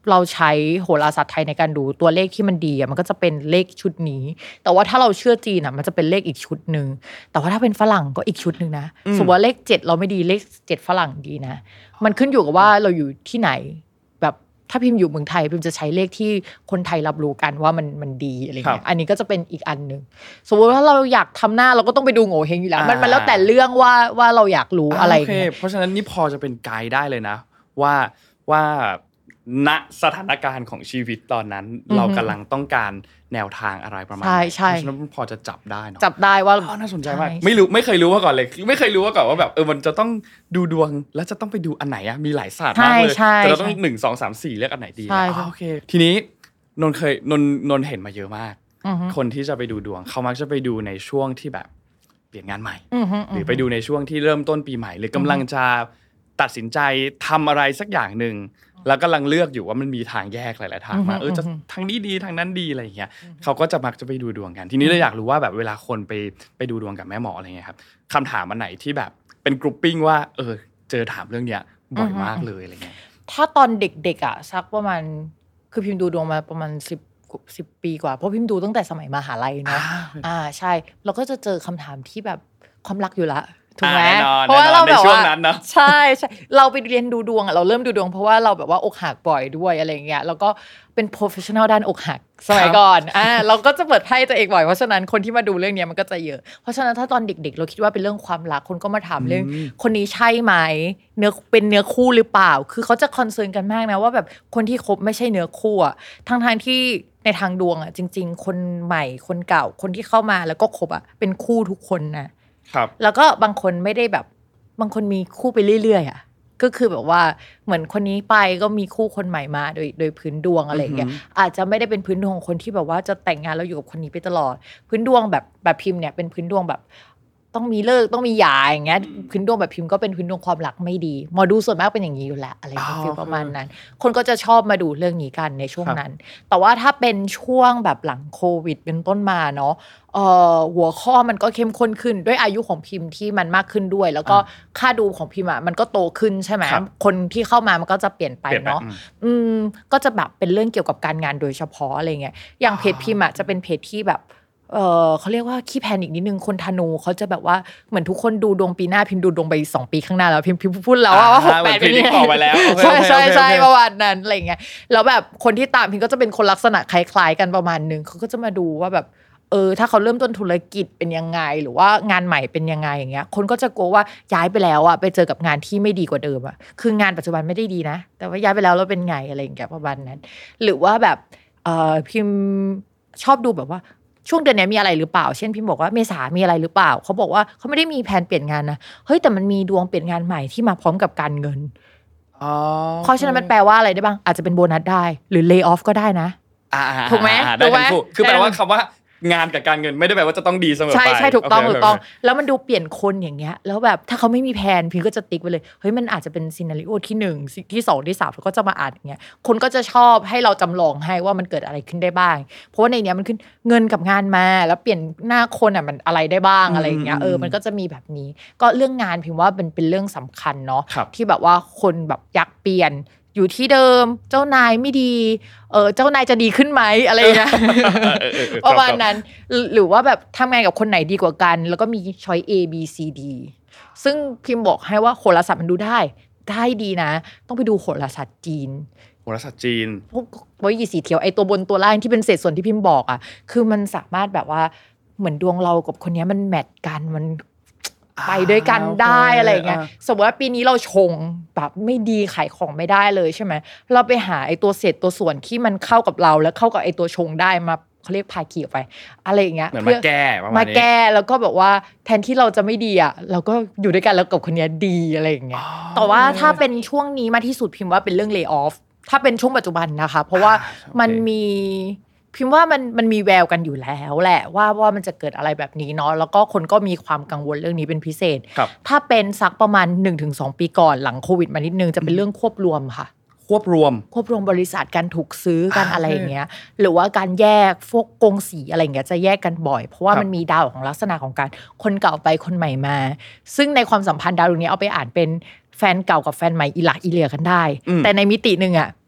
เราใช้โหราศาสตร์ไทยในการดูตัวเลขที่มันดีอ่ะมันก็จะเป็นเลขชุดนี้แต่ว่าถ้าเราเชื่อจีนอ่ะมันจะเป็นเลขอีกชุดนึงแต่ว่าถ้าเป็นฝรั่งก็อีกชุดนึงนะสมมติว่าเลขเจ็ดเราไม่ดีเลขเจ็ดฝรั่งดีนะมันขึ้นอยู่กับว่าเราอยู่ที่ไหนแบบถ้าพิมพ์อยู่เมืองไทยพิมพ์จะใช้เลขที่คนไทยรับรู้กันว่ามันมันดีอะไรเงี้ยอันนี้ก็จะเป็นอีกอันนึงสมมติว่าเราอยากทำหน้าเราก็ต้องไปดูโง่เฮงอยู่แล้วมันมันแล้วแต่เรื่องว่าว่าเราอยากรู้อะไรเงี้ยเพราะฉะนั้นนี่พอจะเป็นไกด์ได้เลยนะว่าว่าณสถานการณ์ของชีวิตตอนนั้นเรากำลังต้องการแนวทางอะไรประมาณนั้นเพราะฉะนั้นพอจะจับได้เนาะจับได้ว่าน่าสนใจมากไม่รู้ไม่เคยรู้มาก่อนเลยไม่เคยรู้มาก่อนว่าแบบเออมันจะต้องดูดวงแล้วจะต้องไปดูอันไหนอะมีหลายศาสตร์มากเลยแต่เราต้องหนึ่ง สอง สาม สี่เลือกอันไหนดีโอเคทีนี้นนเคยนนนนเห็นมาเยอะมากคนที่จะไปดูดวงเขามักจะไปดูในช่วงที่แบบเปลี่ยนงานใหม่หรือไปดูในช่วงที่เริ่มต้นปีใหม่หรือกำลังจะตัดสินใจทำอะไรสักอย่างนึงแล้วกำลังเลือกอยู่ว่ามันมีทางแยกหลายๆทางมาเออจะทางนี้ดีทางนั้นดีอะไรอย่างเงี้ยเขาก็จะมักจะไปดูดวงกันทีนี้เราอยากรู้ว่าแบบเวลาคนไปไปดูดวงกับแม่หมออะไรเงี้ยครับคำถามอันไหนที่แบบเป็นกรุ๊ปปิ้งว่าเออเจอถามเรื่องเนี้ยบ่อยมากเลยอะไรเงี้ยถ้าตอนเด็กๆอ่ะสักประมาณคือพิมพ์ดูดวงมาประมาณสิบ สิบปีกว่าเพราะพิมพ์ดูตั้งแต่สมัยมหาลัยเนาะอ่าใช่เราก็จะเจอคำถามที่แบบความรักอยู่ละถูกไหมเพราะว่าเราแบบว่าใช่ใช่เราไปเรียนดูดวงอ่ะเราเริ่มดูดวงเพราะว่าเราแบบว่าอกหักบ่อยด้วยอะไรอย่างเงี้ยแล้วก็เป็น professional ด้านอกหักสมัยก่อนอ่าเราก็จะเปิดไพ่ตัวเองบ่อยเพราะฉะนั้นคนที่มาดูเรื่องนี้มันก็จะเยอะเพราะฉะนั้นถ้าตอนเด็กๆเราคิดว่าเป็นเรื่องความรักคนก็มาถามเรื่องคนนี้ใช่ไหมเนื้อเป็นเนื้อคู่หรือเปล่าคือเขาจะคอนเซิร์นกันมากนะว่าแบบคนที่คบไม่ใช่เนื้อคู่อ่ะทั้งๆที่ในทางดวงอ่ะจริงๆคนใหม่คนเก่าคนที่เข้ามาแล้วก็คบอ่ะเป็นคู่ทุกคนนะครับแล้วก็บางคนไม่ได้แบบบางคนมีคู่ไปเรื่อยๆอ่ะก็คือแบบว่าเหมือนคนนี้ไปก็มีคู่คนใหม่มาโดยโดยพื้นดวงอะไรอย่างเงี้ยอาจจะไม่ได้เป็นพื้นดวงของคนที่แบบว่าจะแต่งงานแล้วอยู่กับคนนี้ไปตลอดพื้นดวงแบบแบบพิมพ์เนี่ยเป็นพื้นดวงแบบต้องมีเลิกต้องมีหย่าอย่างเงี้ยพื้นดวงแบบพิมพ์ก็เป็นพื้นดวงความรักไม่ดีหมอดูส่วนมากเป็นอย่างนี้อยู่แล้วอะไรแบบฟีลประมาณนั้นคนก็จะชอบมาดูเรื่องนี้กันในช่วงนั้นแต่ว่าถ้าเป็นช่วงแบบหลังโควิดเป็นต้นมาเนาะเอ่อหัวข้อมันก็เข้มข้นขึ้นด้วยอายุของพิมพ์ที่มันมากขึ้นด้วยแล้วก็ค่าดูของพิมพ์อ่ะมันก็โตขึ้นใช่ไหมคนที่เข้ามามันก็จะเปลี่ยนไปเนาะอืมก็จะแบบเป็นเรื่องเกี่ยวกับการงานโดยเฉพาะอะไรเงี้ยอย่างเพจพิมพ์อ่ะจะเป็นเพจที่แบบเออเขาเรียกว่าขี้แพนิคนิดนึงคนธนูเขาจะแบบว่าเหมือนทุกคนดูดวงปีหน้าพิมพ์ดูดวงไปสองปีข้างหน้าแล้วพิมพ์พิมพ์พูดแล้วว่าหก แปดเป็นยังไงใช่ใช่ใช่ประมาณนั้นอะไรเงี้ยแล้วแบบคนที่ตามพิมพ์ก็จะเป็นคนลักษณะคล้ายๆกันประมาณนึงเขาก็จะมาดูว่าแบบเออถ้าเขาเริ่มต้นธุรกิจเป็นยังไงหรือว่างานใหม่เป็นยังไงอย่างเงี้ยคนก็จะกลัวว่าย้ายไปแล้วอ่ะไปเจอกับงานที่ไม่ดีกว่าเดิมอ่ะคืองานปัจจุบันไม่ได้ดีนะแต่ว่าย้ายไปแล้วแล้วเป็นไงอะไรอย่างเงี้ยประมาณนั้นหรือว่าแบบเออพิมพ์ชอบดูแบบว่าช่วงเดือนนี้มีอะไรหรือเปล่าเช่นพิมพ์บอกว่าเมษามีอะไรหรือเปล่าเขาบอกว่าเขาไม่ได้มีแผนเปลี่ยนงานนะเฮ้ยแต่มันมีดวงเปลี่ยนงานใหม่ที่มาพร้อมกับการเงินอ๋อเพราะฉะนั้นมันแปลว่าอะไรได้บ้างอาจจะเป็นโบนัสได้หรือเลย์ออฟก็ได้นะถูกไหมได้ทั้งคู่คือแปลว่าคำว่างานกับการเงินไม่ได้แปลว่าจะต้องดีเสมอไปใช่ใช่ถูกต้องถูกต้องแล้วมันดูเปลี่ยนคนอย่างเงี้ยแล้วแบบถ้าเขาไม่มีแผนพิมก็จะติ๊กไปเลยเฮ้ยมันอาจจะเป็นซีนาริโอที่หนึ่งที่สองที่สามแล้วก็จะมาอ่านอย่างเงี้ยคนก็จะชอบให้เราจำลองให้ว่ามันเกิดอะไรขึ้นได้บ้างเพราะว่าในเนี้ยมันขึ้นเงินกับงานมาแล้วเปลี่ยนหน้าคนอ่ะมันอะไรได้บ้างอะไรอย่างเงี้ยเออมันก็จะมีแบบนี้ก็เรื่องงานพิมว่าเป็นเป็นเรื่องสำคัญเนาะที่แบบว่าคนแบบอยากเปลี่ยนอยู่ที่เดิมเจ้านายไม่ดีเออเจ้านายจะดีขึ้นไหมอะไรเงี้ยประมาณนั้นหรือว่าแบบทำงานกับคนไหนดีกว่ากันแล้วก็มีช้อย A B C D ซึ่งพิมพ์บอกให้ว่าโหราศาสตร์มันดูได้ได้ดีนะต้องไปดูโหราศาสตร์จีนโหราศาสตร์จีนพวกไว้ยีสีเทียวไอตัวบนตัวล่างที่เป็นเศษส่วนที่พิมพ์บอกอ่ะคือมันสามารถแบบว่าเหมือนดวงเรากับคนนี้มันแมทกันมันไปด้วยกันได้อะไรอย่างเงี้ยสมมติว่าปีนี้เราชงแบบไม่ดีขายของไม่ได้เลยใช่ไหมเราไปหาไอ้ตัวเศษตัวส่วนที่มันเข้ากับเราแล้วเข้ากับไอ้ตัวชงได้มาเขาเรียกพาขี่ออกไปอะไรอย่างเงี้ยเหมือนมาแก้มาแก้แล้วก็แบบว่าแทนที่เราจะไม่ดีอ่ะเราก็อยู่ด้วยกันแล้วกับคนนี้ดีอะไรอย่างเงี้ยแต่ว่าถ้าเป็นช่วงนี้มาที่สุดพิมพ์ว่าเป็นเรื่อง lay off ถ้าเป็นช่วงปัจจุบันนะคะเพราะว่ามันมีพิมพ์ว่ามันมันมีแววกันอยู่แล้วแหละว่าว่ามันจะเกิดอะไรแบบนี้เนาะแล้วก็คนก็มีความกังวลเรื่องนี้เป็นพิเศษถ้าเป็นสักประมาณ หนึ่งถึงสอง ปีก่อนหลังโควิดมานิดนึงจะเป็นเรื่องควบรวมค่ะควบรวมควบรวมบริษัทการถูกซื้อกันอะไรอย่างเงี้ยหรือว่าการแยกพวกกงสีอะไรอย่างเงี้ยจะแยกกันบ่อยเพราะว่ามันมีดาวของลักษณะของการคนเก่าไปคนใหม่มาซึ่งในความสัมพันธ์ดาวดวงนี้เอาไปอ่านเป็นแฟนเก่ากับแฟนใหม่อีหลักอีเหลือกันได้แต่ในมิตินึงอ่ะ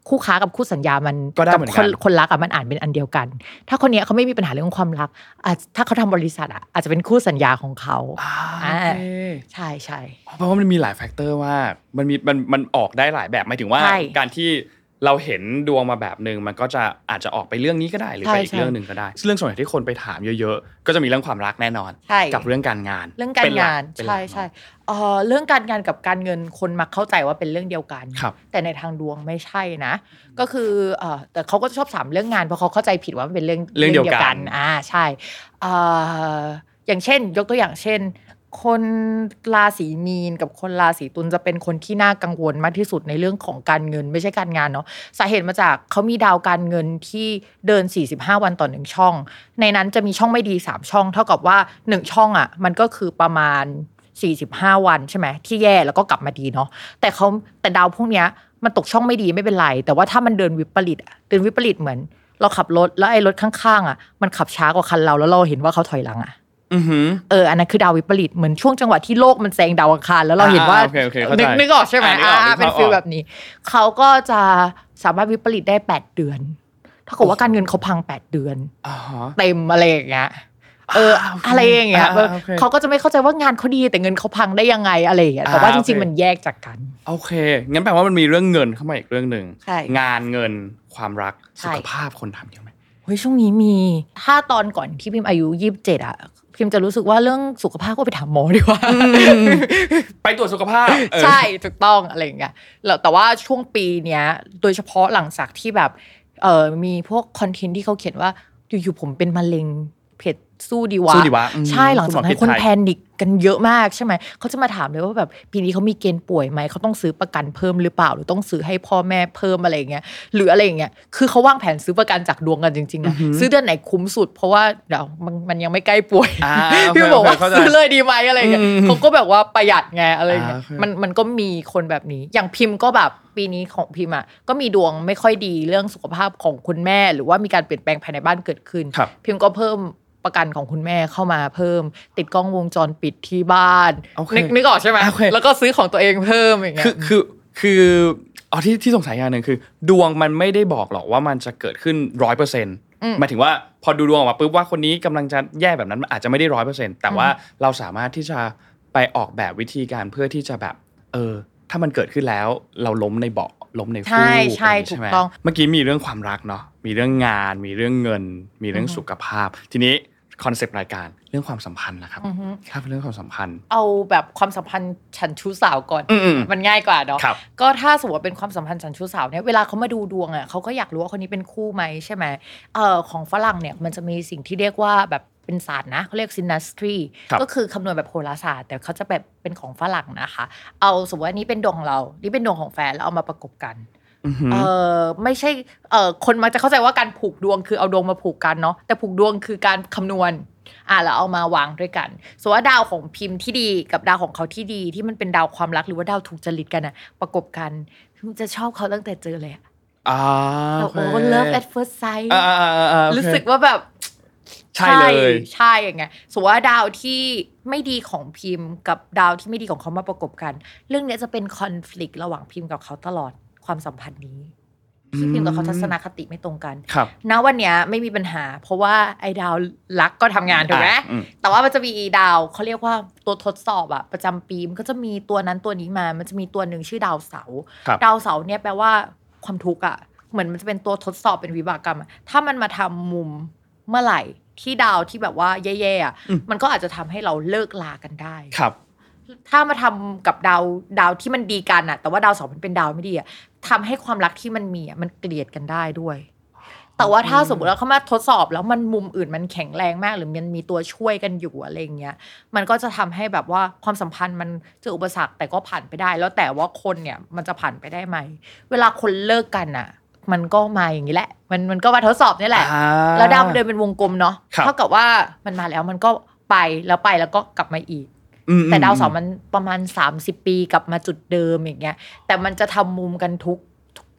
คู่ค้ากับคู่สัญญามันก็ได้กัเหมือนคกันนคนรักอ่ะมันอ่านเป็นอันเดียวกันถ้าคนเนี้ยเขาไม่มีปัญหาเรื่องความรักอ่ะถ้าเขาทำบริษัทอ่ะอาจจะเป็นคู่สัญญาของเขาอ่าอ่าโอเคใช่ใช่เพราะว่ามันมีหลายแฟกเตอร์มากมันมีมันมันออกได้หลายแบบหมายถึงว่าใช่การที่เราเห็นดวงมาแบบนึงมันก็จะอาจจะออกไปเรื่องนี้ก็ได้หรือใช่ไปอีกใช่เรื่องนึงก็ได้เรื่องส่วนใหญ่ที่คนไปถามเยอะๆก็จะมีเรื่องความรักแน่นอนใช่กับเรื่องการงานเรื่องการป็นหลังานเป็นหลัใช่กใช่เนาะเอ่อเรื่องการงานกับการเงินคนมักเข้าใจว่าเป็นเรื่องเดียวกันครับแต่ในทางดวงไม่ใช่นะ ก็คือเอ่อแต่เขาก็ชอบถามเรื่องงานเพราะเขาเข้าใจผิดว่ามันเป็นเรื่องเรื่องเดียวกันอ่าใช่เอ่ออย่างเช่นยกตัวอย่างเช่น คนราศีมีนกับคนราศีตุลจะเป็นคนที่น่ากังวลมากที่สุดในเรื่องของการเงินไม่ใช่การงานเนาะสาเหตุมาจากเขามีดาวการเงินที่เดินสี่สิบห้าวันต่อหนึ่งช่องในนั้นจะมีช่องไม่ดีสามช่องเท่ากับว่าหนึ่งช่องอ่ะมันก็คือประมาณสี่สิบห้าวันใช่ไหมที่แย่แล้วก็กลับมาดีเนาะแต่เขาแต่ดาวพวกเนี้ยมันตกช่องไม่ดีไม่เป็นไรแต่ว่าถ้ามันเดินวิปริตอะเดินวิปริตเหมือนเราขับรถแล้วไอ้รถข้างๆอ่ะมันขับช้ากว่าคันเราแล้วเราเห็นว่าเขาถอยหลังอ่ะอือหือเอออันนั้นคือดาววิปริตเหมือนช่วงจังหวะที่โลกมันแซงดาวอังคารแล้วเราเห็นว่าอ่าโอเคโอเคเข้าใจนึกนึกออกใช่ไหมอ่านึกออกอ่านึกภาพเป็นฟีลออกแบบนี้เขาก็จะสามารถวิปริตได้แปดเดือนเท่ากับว่าการเงินเขาพังแปดเดือนอ่าฮะเต็มอะไรอย่างเงี้ยเอออ่าโอเคอะไรอย่างเงี้ยอ่าเออโอเคเขาก็จะไม่เข้าใจว่างานเขาดีแต่เงินเขาพังได้ยังไงอะไรอย่างเงี้ยแต่ว่าอ่าจโอเคริงๆมันแยกจากกันโอเคงั้นแปลว่ามันมีเรื่องเงินเข้ามาอีกเรื่องนึงใช่งานเงินความรักใช่สุขภาพคนทำเยอะไหมเฮ้ยช่วงนี้มีถ้าตอนก่อนที่พิมอายุยี่สิบเจ็ดอะพิมจะรู้สึกว่าเรื่องสุขภาพก็ไปถามหมอดีกว่าไปตรวจสุขภาพเออใช่ถูกต้องอะไรอย่างเงี้ยแล้วแต่ว่าช่วงปีเนี้ยโดยเฉพาะหลังจากที่แบบเอ่อมีพวกคอนเทนต์ที่เขาเขียนว่าอยู่ๆผมเป็นมะเร็งเพจสู้ดีวะสู้ดีวะอืมใช่หลังจากนั้นคุคนณหมอเพจไทยแพนิคกันเยอะมากใช่ไหมเขาจะมาถามเลยว่าแบบปีนี้เขามีเกณฑ์ป่วยไหมเขาต้องซื้อประกันเพิ่มหรือเปล่าหรือต้องซื้อให้พ่อแม่เพิ่มอะไรอย่างเงี้ยหรืออะไรอย่างเงี้ยคือเขาวางแผนซื้อประกันจากดวงกันจริงๆนะซื้อเดือนไหนคุ้มสุดเพราะว่าเดี๋ยวมันมันยังไม่ใกล้ป่วยอ่าโอเคพี่บอกว่าโอเคเข้าใจซื้อเลยดีไหมอะไรอย่างเงี้ยอืมเขาก็แบบว่าประหยัดไงอะไรอย่างเงี้ยอ่าโอเคมันมันก็มีคนแบบนี้อย่างพิมพ์ก็แบบปีนี้ของพิมพ์อ่ะก็มีดวงไม่ค่อยดีเรื่องสุขภาพของคุณแม่หรือว่ามีการเปลี่ยนแปลงภายในบ้านเกิดขึ้นครับพิมพ์ก็เพิ่มประกันของคุณแม่เข้ามาเพิ่ม ติดกล้องวงจรปิดที่บ้านโอเคนึกนึกออกใช่ไหมโอเคแล้วก็ซื้อของตัวเองเพิ่มอย่างเงี้คือย คือคืออ๋อที่ที่สงสัยอย่างหนึ่งคือ ดวงมันไม่ได้บอกหรอกว่ามันจะเกิดขึ้นร้อยเปอร์เซ็นต์หมายถึงว่าพอดูดวงออกมาปุ๊บว่าคนนี้กำลังจะแย่แบบนั้นมันอาจจะไม่ได้ร้อยเปอร์เซ็นต์แต่ว่าเราสามารถที่จะไปออกแบบวิธีการเพื่อที่จะแบบเออถ้ามันเกิดขึ้นแล้วเราล้มในเบาะล้มในฟูใช่ใช่ะไรย่าถูกไหมต้องเมื่อกี้มีเรื่องความรักเนาะมีเรื่องงานมีเรื่องเงิน มีเรื่องสุขภาพ ทีนี้คอนเซปต์รายการเรื่องความสัมพันธ์นะครับถ้าเป็นเรื่องความสัมพันธ์เอาแบบความสัมพันธ์ฉันชู้สาวก่อนอืมๆมันง่ายกว่าเนาะครับก็ถ้าสมมติว่าเป็นความสัมพันธ์ฉันชู้สาวเนี่ยเวลาเขามาดูดวงอ่ะเขาก็อยากรู้ว่าคนนี้เป็นคู่ไหมใช่ไหมเอ่อของฝรั่งเนี่ยมันจะมีสิ่งที่เรียกว่าแบบเป็นศาสตร์นะเขาเรียก synastry ครับก็คือคำนวณแบบโหราศาสตร์แต่เขาจะแบบเป็นของฝรั่งนะคะเอาสมมติว่านี้เป็นดวงของเรานี่เป็นดวงของแฟนแล้วเอามาประกบกันอือหือเออไม่ใช่เออคนมักจะเข้าใจว่าการผูกดวงคือเอาดวงมาผูกกันเนาะแต่ผูกดวงคือการคำนวณอ่ะแล้วเอามาวางด้วยกันส่วนว่าดาวของพิมพ์ที่ดีกับดาวของเขาที่ดีที่มันเป็นดาวความรักหรือว่าดาวถูกจริตกันอะประกบกันพิมจะชอบเขาตั้งแต่เจอเลยอะอ่าแบบโอเคโอ้ love at first sight อ่าอ่าอ่าอ่าโอเครู้สึกว่าแบบใช่เลยใช่อย่างเงี้ยสมมติว่าดาวที่ไม่ดีของพิมพ์กับดาวที่ไม่ดีของเขามาประกบกัน เรื่องเนี้ยจะเป็นคอน flict ระหว่างพิมพ์กับเขาตลอดความสัมพันธ์นี้ที่พิมพ์กับเขาทัศนคติไม่ตรงกันครับณวันเนี้ยไม่มีปัญหา เพราะว่าไอ้ดาวรักก็ทำงานถูกไหมอ่ะอืมแต่ว่ามันจะมีดาวเขาเรียกว่าตัวทดสอบอะประจำปีมันก็จะมีตัวนั้นตัวนี้มา มันจะมีตัวหนึ่งชื่อดาวเสาร์ครับดาวเสาร์เนี่ยแปลว่าความทุกข์อะเหมือนมันจะเป็นตัวทดสอบเป็นวิบากกรรมอะถ้ามันมาทำมุมเมื่อไหร่ที่ดาวที่แบบว่าแย่ๆอะมันก็อาจจะทำให้เราเลิกลากันได้ครับถ้ามาทำกับดาวดาวที่มันดีกันอะแต่ว่าดาวเสาร์มันเป็นดาวไม่ดีอะทำให้ความรักที่มันมีอะมันเกลียดกันได้ด้วย แต่ว่าถ้าสมมติว่าเขามาทดสอบแล้วมันมุมอื่นมันแข็งแรงมากหรือมันมีตัวช่วยกันอยู่อะไรอย่างเงี้ยมันก็จะทำให้แบบว่าความสัมพันธ์มันเจออุปสรรคแต่ก็ผ่านไปได้ แล้วแต่ว่าคนเนี่ยมันจะผ่านไปได้ไหมเวลาคนเลิกกันอะมันก็มาอย่างนี้แหละ มันมันก็มาทดสอบนี่แหละอ่าแล้วดาวมันเดินเป็นวงกลมเนาะครับเท่ากับว่ามันมาแล้วมันก็ไปแล้วไปแล้วก็กลับมาอีกอืมแต่ดาวเสาร์มันประมาณสามสิบปีกลับมาจุดเดิมอย่างเงี้ยแต่มันจะทำมุมกันทุกทุก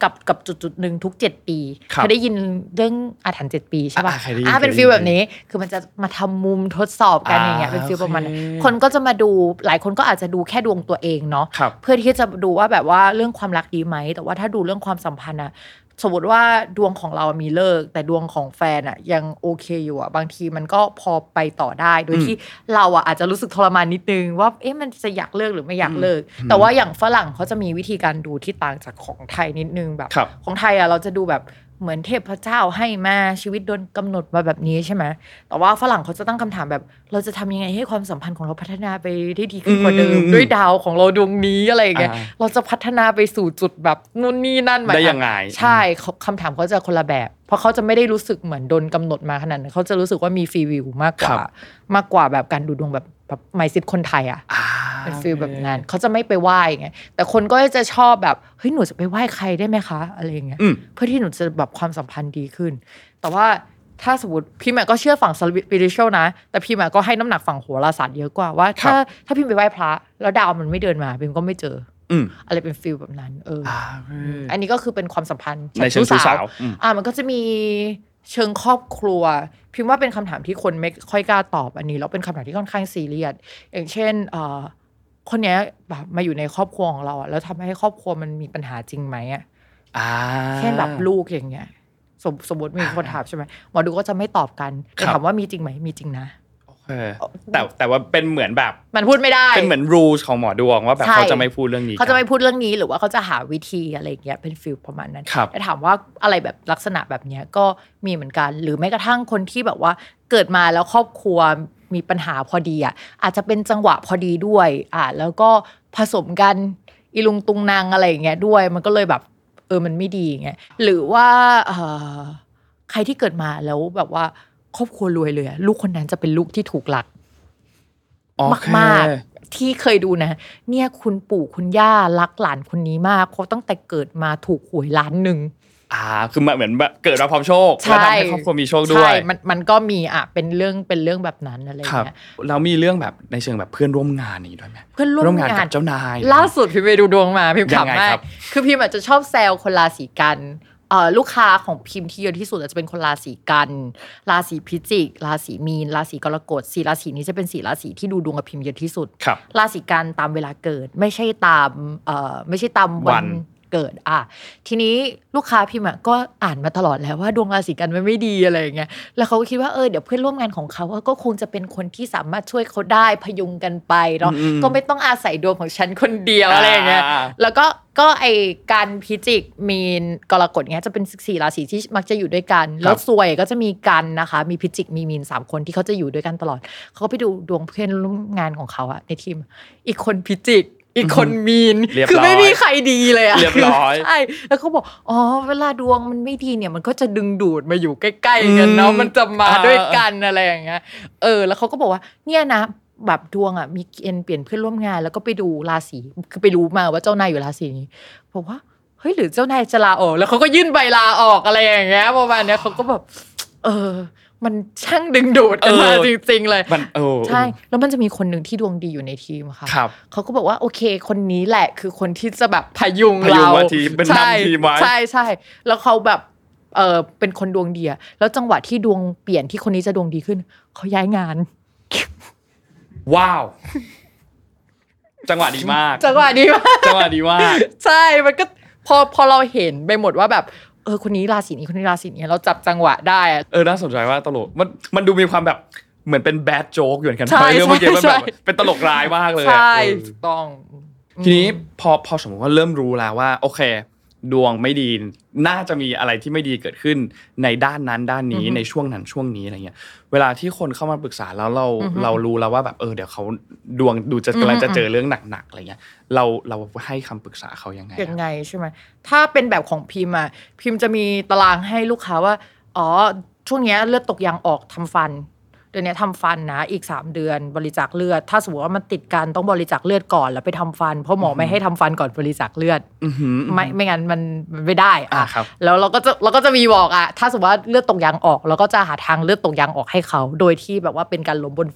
กับกับจุดๆนึงทุกเจ็ดปีเคยได้ยินเรื่องอาถรรพ์เจ็ดปีใช่ป่ะอ่าเป็นฟีลแบบนี้คือมันจะมาทำมุมทดสอบกันอย่างเงี้ยเป็นฟีลประมาณคนก็จะมาดูหลายคนก็อาจจะดูแค่ดวงตัวเองเนาะเพื่อที่จะดูว่าแบบว่าเรื่องความรักดีไหมแต่ว่าถ้าดูเรื่องความสัมพันธ์อะสมมติว่าดวงของเรามีเลิกแต่ดวงของแฟนอะยังโอเคอยู่อะบางทีมันก็พอไปต่อได้โดยที่เราอะอาจจะรู้สึกทรมานนิดนึงว่าเอ๊ะมันจะอยากเลิกหรือไม่อยากเลิกแต่ว่าอย่างฝรั่งเขาจะมีวิธีการดูที่ต่างจากของไทยนิดนึงแบบของไทยอะเราจะดูแบบเหมือนเทพเจ้าให้มาชีวิตโดนกำหนดมาแบบนี้ใช่ไหมแต่ว่าฝรั่งเขาจะตั้งคำถามแบบเราจะทำยังไงให้ความสัมพันธ์ของเราพัฒนาไปได้ดีขึ้นกว่าเดิมด้วยดาวของเราดวงนี้อะไรอย่างเงี้ยเราจะพัฒนาไปสู่จุดแบบนู่นนี่นั่นได้ยังไงใช่คำถามเขาจะคนละแบบเพราะเขาจะไม่ได้รู้สึกเหมือนโดนกำหนดมาขนาดนั้นเขาจะรู้สึกว่ามีฟรีวิวมากกว่ามากกว่าแบบการดูดวงแบบแบบไมซิตคนไทยอ่ะเป็นฟีลแบบนั้นเขาจะไม่ไปไหว้ไงแต่คนก็จะชอบแบบเฮ้ยหนูจะไปไหว้ใครได้ไหมคะอะไรอย่างเงี้ยเพื่อที่หนูจะแบบความสัมพันธ์ดีขึ้นแต่ว่าถ้าสมมติพี่แม่ก็เชื่อฝั่งสปิริตชัลนะแต่พี่แม่ก็ให้น้ำหนักฝั่งโหราศาสตร์เยอะกว่าว่าถ้าถ้าพี่ไปไหว้พระแล้วดาวมันไม่เดินมาพี่ก็ไม่เจออะไรเป็นฟีลแบบนั้นเอออันนี้ก็คือเป็นความสัมพันธ์ในเชิงชู้สาวอ่ามันก็จะมีเชิงครอบครัวพิมพ์ว่าเป็นคำถามที่คนไม่ค่อยกล้าตอบอันนี้แล้วเป็นคำถามที่ค่อนข้างซีเรียสอย่างเช่นเอ่อคนเนี้ยแบบมาอยู่ในครอบครัวของเราอะแล้วทำให้ครอบครัวมันมีปัญหาจริงไหมอะเช่นแบบลูกอย่างเงี้ยสมสมมติมีคนถามใช่ไหมหมอดูก็จะไม่ตอบกันแต่ถามว่ามีจริงไหมมีจริงนะแต่แต่ว่าเป็นเหมือนแบบมันพูดไม่ได้เป็นเหมือน rules ของหมอดวงว่าแบบเขาจะไม่พูดเรื่องนี้เขาจะไม่พูดเรื่องนี้หรือว่าเขาจะหาวิธีอะไรอย่างเงี้ยเป็นฟีลประมาณนั้นแต่ถามว่าอะไรแบบลักษณะแบบเนี้ยก็มีเหมือนกันหรือแม้กระทั่งคนที่แบบว่าเกิดมาแล้วครอบครัวมีปัญหาพอดีอ่ะอาจจะเป็นจังหวะพอดีด้วยอ่ะแล้วก็ผสมกันอีลุงตุงนางอะไรอย่างเงี้ยด้วยมันก็เลยแบบเออมันไม่ดีไงหรือว่าเอ่อใครที่เกิดมาแล้วแบบว่าครอบครัวรวยเลยลูกคนนั้นจะเป็นลูกที่ถูกหลักมากๆที่เคยดูนะเนี่ยคุณปู่คุณย่ารักหลานคนนี้มากเพราะตั้งแต่เกิดมาถูกหวยล้านนึงอ่าคือเหมือนแบบเกิดมาพร้อมโชคแล้วทำให้ครอบครัวมีโชคด้วยใช่มันมันก็มีอ่ะเป็นเรื่องเป็นเรื่องแบบนั้นอะไรอย่างเงี้ยแล้วมีเรื่องแบบในเชิงแบบเพื่อนร่วมงานนี่ด้วยไหมเพื่อนร่วมงานกับเจ้านายล่าสุดพี่ไปดูดวงมาพี่ขำมากคือพี่อาจจะชอบแซวคนราศีกันเอ่อลูกค้าของพิมพ์ที่เยอะที่สุดจะเป็นคนราศีกันราศีพิจิกราศีมีนราศีกรกฎสี่ราศีนี้จะเป็นสี่ราศีที่ดูดวงกับพิมพ์เยอะที่สุดราศีกันตามเวลาเกิดไม่ใช่ตามเอ่อไม่ใช่ตามวันเกิดอ่ะทีนี้ลูกค้าพิมพ์ก็อ่านมาตลอดแล้วว่าดวงราศีกันมันไม่ดีอะไรอย่างเงี้ยแล้วเขาก็คิดว่าเออเดี๋ยวเพื่อนร่วมงานของเขาก็คงจะเป็นคนที่สามารถช่วยเขาได้พยุงกันไปเนาะก็ไม่ต้องอาศัยดวงของฉันคนเดียวอะไรอย่างเงี้ยแล้วก็ก็ไอการพิจิกมีนกรกฎเงี้ยจะเป็นสี่ราศีที่มักจะอยู่ด้วยกันแล้วสวยก็จะมีกันนะคะมีพิจิกมีมีนสามคนที่เขาจะอยู่ด้วยกันตลอดเขาก็ไปดูดวงเพื่อนร่วมงานของเขาอะในทีมอีกคนพิจิกอีกคนมีนคือไม่มีใครดีเลยอะเรียบร้อยใช่แล้วเขาบอกอ๋อเวลาดวงมันไม่ดีเนี่ยมันก็จะดึงดูดมาอยู่ใกล้ๆกันเนาะมันจะมาด้วยกันอะไรอย่างเงี้ยเออแล้วเขาก็บอกว่าเนี่ยนะแบบดวงอ่ะมีเกณฑ์เปลี่ยนเพื่อนร่วมงานแล้วก็ไปดูราศีคือไปรู้มาว่าเจ้านายอยู่ราศีนี้บอกว่าเฮ้ยหรือเจ้านายจะลาออกแล้วเขาก็ยื่นใบลาออกอะไรอย่างเงี้ยประมาณเนี้ยเขาก็แบบเออมันช่างดึงดูดกันมาจริงๆเลยใช่แล้วมันจะมีคนหนึ่งที่ดวงดีอยู่ในทีมค่ะเขาก็บอกว่าโอเคคนนี้แหละคือคนที่จะแบบพยุงเราเป็นนำทีมไว้ใช่ใช่แล้วเขาแบบเออเป็นคนดวงดีแล้วจังหวะที่ดวงเปลี่ยนที่คนนี้จะดวงดีขึ้นเขาย้ายงานว้าวจังหวะดีมากจังหวะดีมากจังหวะดีมากใช่มันก็พอพอเราเห็นไปหมดว่าแบบเออคนนี้ราศีนี้คนนี้ราศีนี้เราจับจังหวะได้เออน่าสนใจว่าตลกมันมันดูมีความแบบเหมือนเป็นแบดโจ๊กอยู่เหมือนกันใช่เรื่องเมื่อกี้มันแบบเป็นตลกร้ายมากเลยใช่ถูกต้องทีนี้พอพอสมมติว่าเริ่มรู้แล้วว่าโอเคดวงไม่ดีน่าจะมีอะไรที่ไม่ดีเกิดขึ้นในด้านนั้นด้านนี้ในช่วงนั้นช่วงนี้อะไรเงี้ยเวลาที่คนเข้ามาปรึกษาแล้วเราเรารู้แล้วว่าแบบเออเดี๋ยวเขาดวงดูจะกำลังจะเจอเรื่องหนักๆอะไรเงี้ยเราเราให้คำปรึกษาเขายังไงยังไงใช่ไหมถ้าเป็นแบบของพิมพ์อ่ะพิมพ์จะมีตารางให้ลูกค้าว่าอ๋อช่วงนี้เลือดตกยางออกทำฟันเดือนนี้ทำฟันนะอีกสามเดือนบริจาคเลือดถ้าสมมติว่ามันติดกันต้องบริจาคเลือดก่อนแล้วไปทำฟันเพราะหมอไม่ให้ทำฟันก่อนบริจาคเลือดไม่ไม่งั้นมันไม่ได้อ่ะแล้วเราก็จะเราก็จะมีบอกอ่ะถ้าสมมติว่าเลือดตกยางออกเราก็จะหาทางเลือดตกยางออกให้เขาโดยที่แบบว่าเป็นการล้มบนฟูก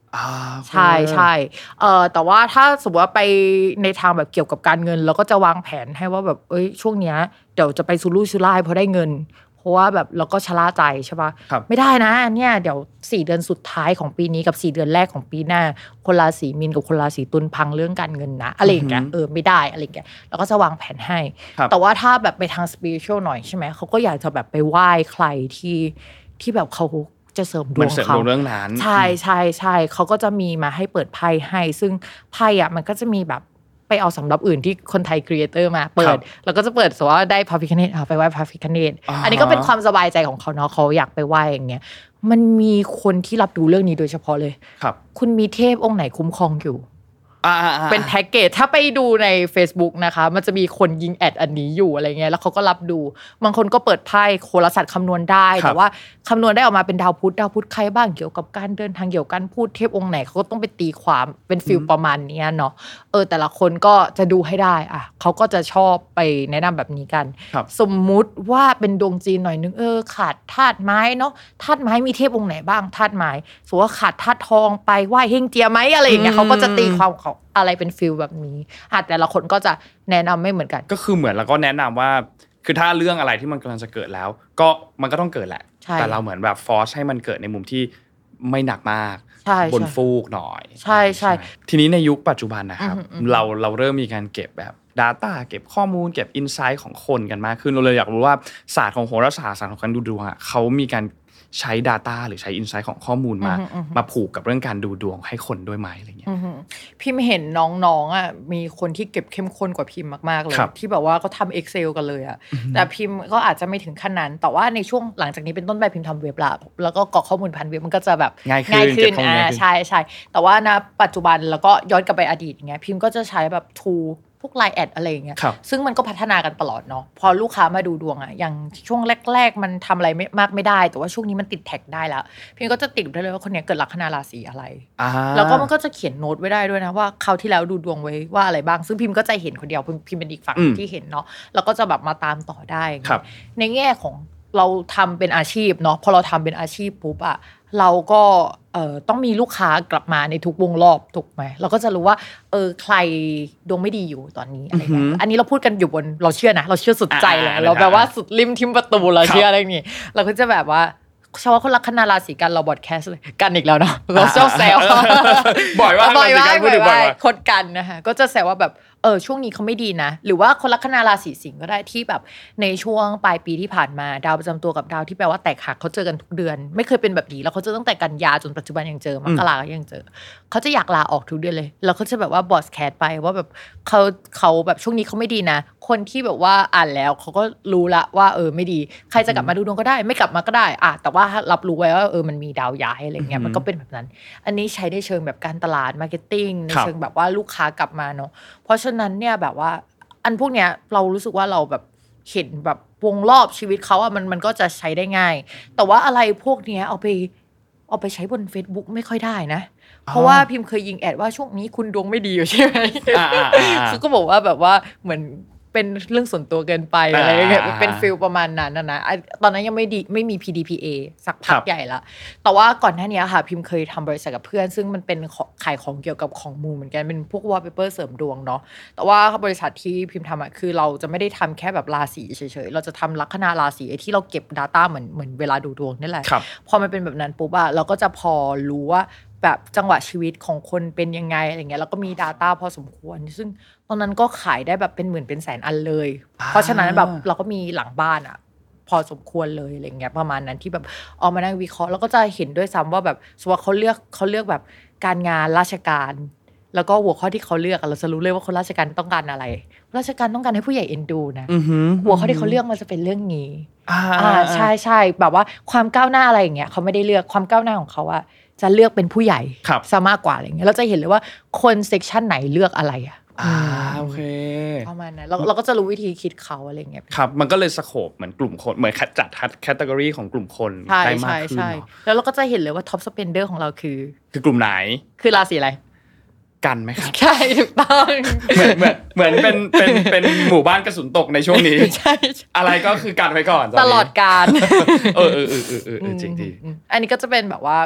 ใช่ใช่เอ่อแต่ว่าถ้าสมมติว่าไปในทางแบบเกี่ยวกับการเงินเราก็จะวางแผนให้ว่าแบบเอ้ยช่วงเนี้ยเดี๋ยวจะไปสุรุ่ยสุร่ายเพราะได้เงินเพราะว่าแบบเราก็ชะล่าใจใช่ป่ะไม่ได้นะเนี่ยเดี๋ยวสี่เดือนสุดท้ายของปีนี้กับสี่เดือนแรกของปีหน้าคนราศีมีนกับคนราศีตุลพังเรื่องการเงินนะอะไรอย่างเงี้ยเออไม่ได้อะไรอย่างเงี้ยเราก็จะวางแผนให้แต่ว่าถ้าแบบไปทางสปิริตชัวลหน่อยใช่ไหมเขาก็อยากจะแบบไปไหว้ใครที่ที่แบบเขาจะเสริมดวงเขาเรื่องนั้นใช่ใช่ใช่เขาก็จะมีมาให้เปิดไพ่ให้ซึ่งไพ่อ่ะมันก็จะมีแบบไปเอาสำรับอื่นที่คนไทยครีเอเตอร์มาเปิดแล้วก็จะเปิดสมมติว่าได้พระพิฆเนศไปไหว้พระพิฆเนศอันนี้ก็เป็นความสบายใจของเขาเนาะเขาอยากไปไหว้อย่างเงี้ยมันมีคนที่รับดูเรื่องนี้โดยเฉพาะเลยครับคุณมีเทพองค์ไหนคุ้มครองอยู่เป็นแพ็กเกจถ้าไปดูใน Facebook นะคะมันจะมีคนยิงแอดอันนี้อยู่อะไรเงี้ยแล้วเขาก็รับดูบางคนก็เปิดไพ่โหราศาสตร์คำนวณได้แต่ว่าคำนวณได้ออกมาเป็นดาวพุธดาวพุธใครบ้างเกี่ยวกับการเดินทางเกี่ยวกับการพูดเทพองค์ไหนเขาก็ต้องไปตีความเป็นฟีลประมาณนี้เนาะเออแต่ละคนก็จะดูให้ได้อ่ะเขาก็จะชอบไปแนะนำแบบนี้กันสมมุติว่าเป็นดวงจีนหน่อยนึงเออขาดธาตุไม้เนาะธาตุไม้มีเทพองค์ไหนบ้างธาตุไม้สมมติว่าขาดธาตุทองไปไหว้เฮงเจียไหมอะไรอย่างเงี้ยเขาก็จะตีความอะไรเป็นฟีลแบบนี้อาจแต่ละคนก็จะแนะนำไม่เหมือนกันก็คือเหมือนเราก็แนะนำว่าคือถ้าเรื่องอะไรที่มันกำลังจะเกิดแล้วก็มันก็ต้องเกิดแหละแต่เราเหมือนแบบฟอร์สให้มันเกิดในมุมที่ไม่หนักมากบนฟูกหน่อยใช่ใช่ทีนี้ในยุคปัจจุบันนะครับเราเราเริ่มมีการเก็บแบบ data เก็บข้อมูลเก็บ insight ของคนกันมากขึ้นเราเลยอยากรู้ว่าศาสตร์ของโหราศาสตร์ศาสตร์ของการดูดวงอ่ะเขามีการใช้ data หรือใช้ insight ของข้อมูลมามาผูกกับเรื่องการดูดวงให้คนด้วยไหมอะไรเงี้ยพิมเห็นน้องๆอ่ะมีคนที่เก็บเข้มข้นกว่าพิมมากๆเลยที่แบบว่าเขาทำ Excel กันเลยอ่ะแต่พิมก็อาจจะไม่ถึงขั้นนั้นแต่ว่าในช่วงหลังจากนี้เป็นต้นไปพิมทำเว็บละแล้วก็กรอกข้อมูลผ่านเว็บมันก็จะแบบง่ายขึ้นอ่าใช่ใช่แต่ว่าณปัจจุบันแล้วก็ย้อนกลับไปอดีตอย่างเงี้ยพิมก็จะใช้แบบ toolพวก ไลน์ แอดอะไรอย่างเงี้ยซึ่งมันก็พัฒนากันตลอดเนาะพอลูกค้ามาดูดวงอ่ะอย่างช่วงแรกๆมันทำอะไรไม่มากไม่ได้แต่ว่าช่วงนี้มันติดแท็กได้แล้วพี่ก็จะติดได้เลยว่าคนนี้เกิดลัคนาราศีอะไรแล้วก็มันก็จะเขียนโน้ตไว้ได้ด้วยนะว่าคราวที่แล้วดูดวงไว้ว่าอะไรบ้างซึ่งพิมก็จะเห็นคนเดียวพิมเป็นอีกฝั่งที่เห็นเนาะแล้วก็จะแบบมาตามต่อได้ในแง่ของเราทำเป็นอาชีพเนาะพอเราทำเป็นอาชีพปุ๊บอะเราก็เอ่อต้องมีลูกค้ากลับมาในทุกวงรอบถูกไหมเราก็จะรู้ว่าเออใครดวงไม่ดีอยู่ตอนนี้อะไรเงี้ยอันนี้เราพูดกันอยู่บนเราเชื่อนะเราเชื่อสุดใจเลยเราแบบว่าสุดริมทิมประตูเราเชื่ออะไรอย่างงี้เราก็จะแบบว่าเฉพาะคนลัคนาราศีกันเราบอดแคสต์กันอีกแล้วเนาะเราชอบแซวบ่อยว่าบ่อยว่าบ่อยคนกันนะคะก็จะแซวว่าแบบเออช่วงนี้เขาไม่ดีนะหรือว่าคนลัคนาราศีสิงห์ก็ได้ที่แบบในช่วงปลายปีที่ผ่านมาดาวประจำตัวกับดาวที่แปลว่าแตกหักเขาเจอกันทุกเดือนไม่เคยเป็นแบบนี้แล้วเขาเจอตั้งแต่กันยาจนปัจจุบันยังเจอมกราก็ยังเจอเขาจะอยากลาออกทุกเดือนเลยแล้วเขาจะแบบว่าบอสแคสไปว่าแบบเขาเขาแบบช่วงนี้เขาไม่ดีนะคนที่แบบว่าอ่านแล้วเขาก็รู้ละว่าเออไม่ดีใครจะกลับมาดูดวงก็ได้ไม่กลับมาก็ได้อ่ะแต่ว่ารับรู้ไว้ว่าเออมันมีดาวย้ายอะไรเงี้ยมันก็เป็นแบบนั้นอันนี้ใช้ได้เชิงแบบการตลาดมาร์เก็ตติ้งในเชิงแบบว่าลูกค้ากลับมาเนาะเพราะฉะนั้นเนี่ยแบบว่าอันพวกเนี้ยเรารู้สึกว่าเราแบบเห็นแบบวงรอบชีวิตเขาอะมันมันก็จะใช้ได้ง่ายแต่ว่าอะไรพวกเนี้ยเอาไปเอาไปใช้บน Facebook ไม่ค่อยได้นะเพราะว่าพิมพ์เคยยิงแอดว่าช่วงนี้คุณดวงไม่ดีอยู่ใช่ไหมเขาก็บอกว่าแบบว่าเหมือนเป็นเรื่องส่วนตัวเกินไปอะไรอย่างเงี้ยเป็นฟีลประมาณนั้นนะนะตอนนั้นยังไม่ดีไม่มี พี ดี พี เอ สักพักใหญ่ละแต่ว่าก่อนหน้านี้ค่ะพิมเคยทำบริษัทกับเพื่อนซึ่งมันเป็นขายของเกี่ยวกับของมูเหมือนกันเป็นพวกวอลเปเปอร์เสริมดวงเนาะแต่ว่าบริษัทที่พิมทำอ่ะคือเราจะไม่ได้ทำแค่แบบราศีเฉยๆเราจะทำลัคนาราศีไอ้ที่เราเก็บ data เหมือนเหมือนเวลาดูดวงนี่แหละพอมันเป็นแบบนั้นปุ๊บอะเราก็จะพอรู้ว่าแบบจังหวะชีวิตของคนเป็นยังไงอะไรเงี้ยแล้วก็มี data พอสมควรซึ่งตอนนั้นก็ขายได้แบบเป็นหมื่นเป็นแสนอันเลยเพราะฉะนั้นแบบเราก็มีหลังบ้านอ่ะพอสมควรเลยอะไรเงี้ยประมาณนั้นที่แบบออกมานั่งวิเคราะห์แล้วก็จะเห็นด้วยซ้ำว่าแบบสมมติเขาเลือกเขาเลือกแบบการงานราชการแล้วก็หัวข้อที่เขาเลือกเราจะรู้เลยว่าคนราชการต้องการอะไรราชการต้องการให้ผู้ใหญ่เอ็นดูนะหัวข้อที่เขาเลือกมันจะเป็นเรื่องนี้อ่าใช่ใช่แบบว่าความก้าวหน้าอะไรอย่างเงี้ยเขาไม่ได้เลือกความก้าวหน้าของเขาอะจะเลือกเป็นผู้ใหญ่ซะมากกว่าอะไรเงี้ยเราจะเห็นเลยว่าคนเซกชันไหนเลือกอะไรอ่ะอ่าโอเคประมาณนั้นเราเราก็จะรู้วิธีคิดเขาอะไรเงี้ยครับมันก็เลยสโคปเหมือนกลุ่มคนเหมือนจัดแคตตากรีของกลุ่มคนได้มากขึ้นเนาะแล้วเราก็จะเห็นเลยว่าท็อปสเปนเดอร์ของเราคือคือกลุ่มไหนคือราศีอะไรกันไหมครับใช่ถูกต้องเหมือนเหมือนเหมือนเป็นเป็นเป็นหมู่บ้านกระสุนตกในช่วงนี้ใช่อะไรก็คือกันไว้ก่อนตลอดกาลเออเออเออเออเออจริงดีอันนี้ก็จะเป็นแบบว่า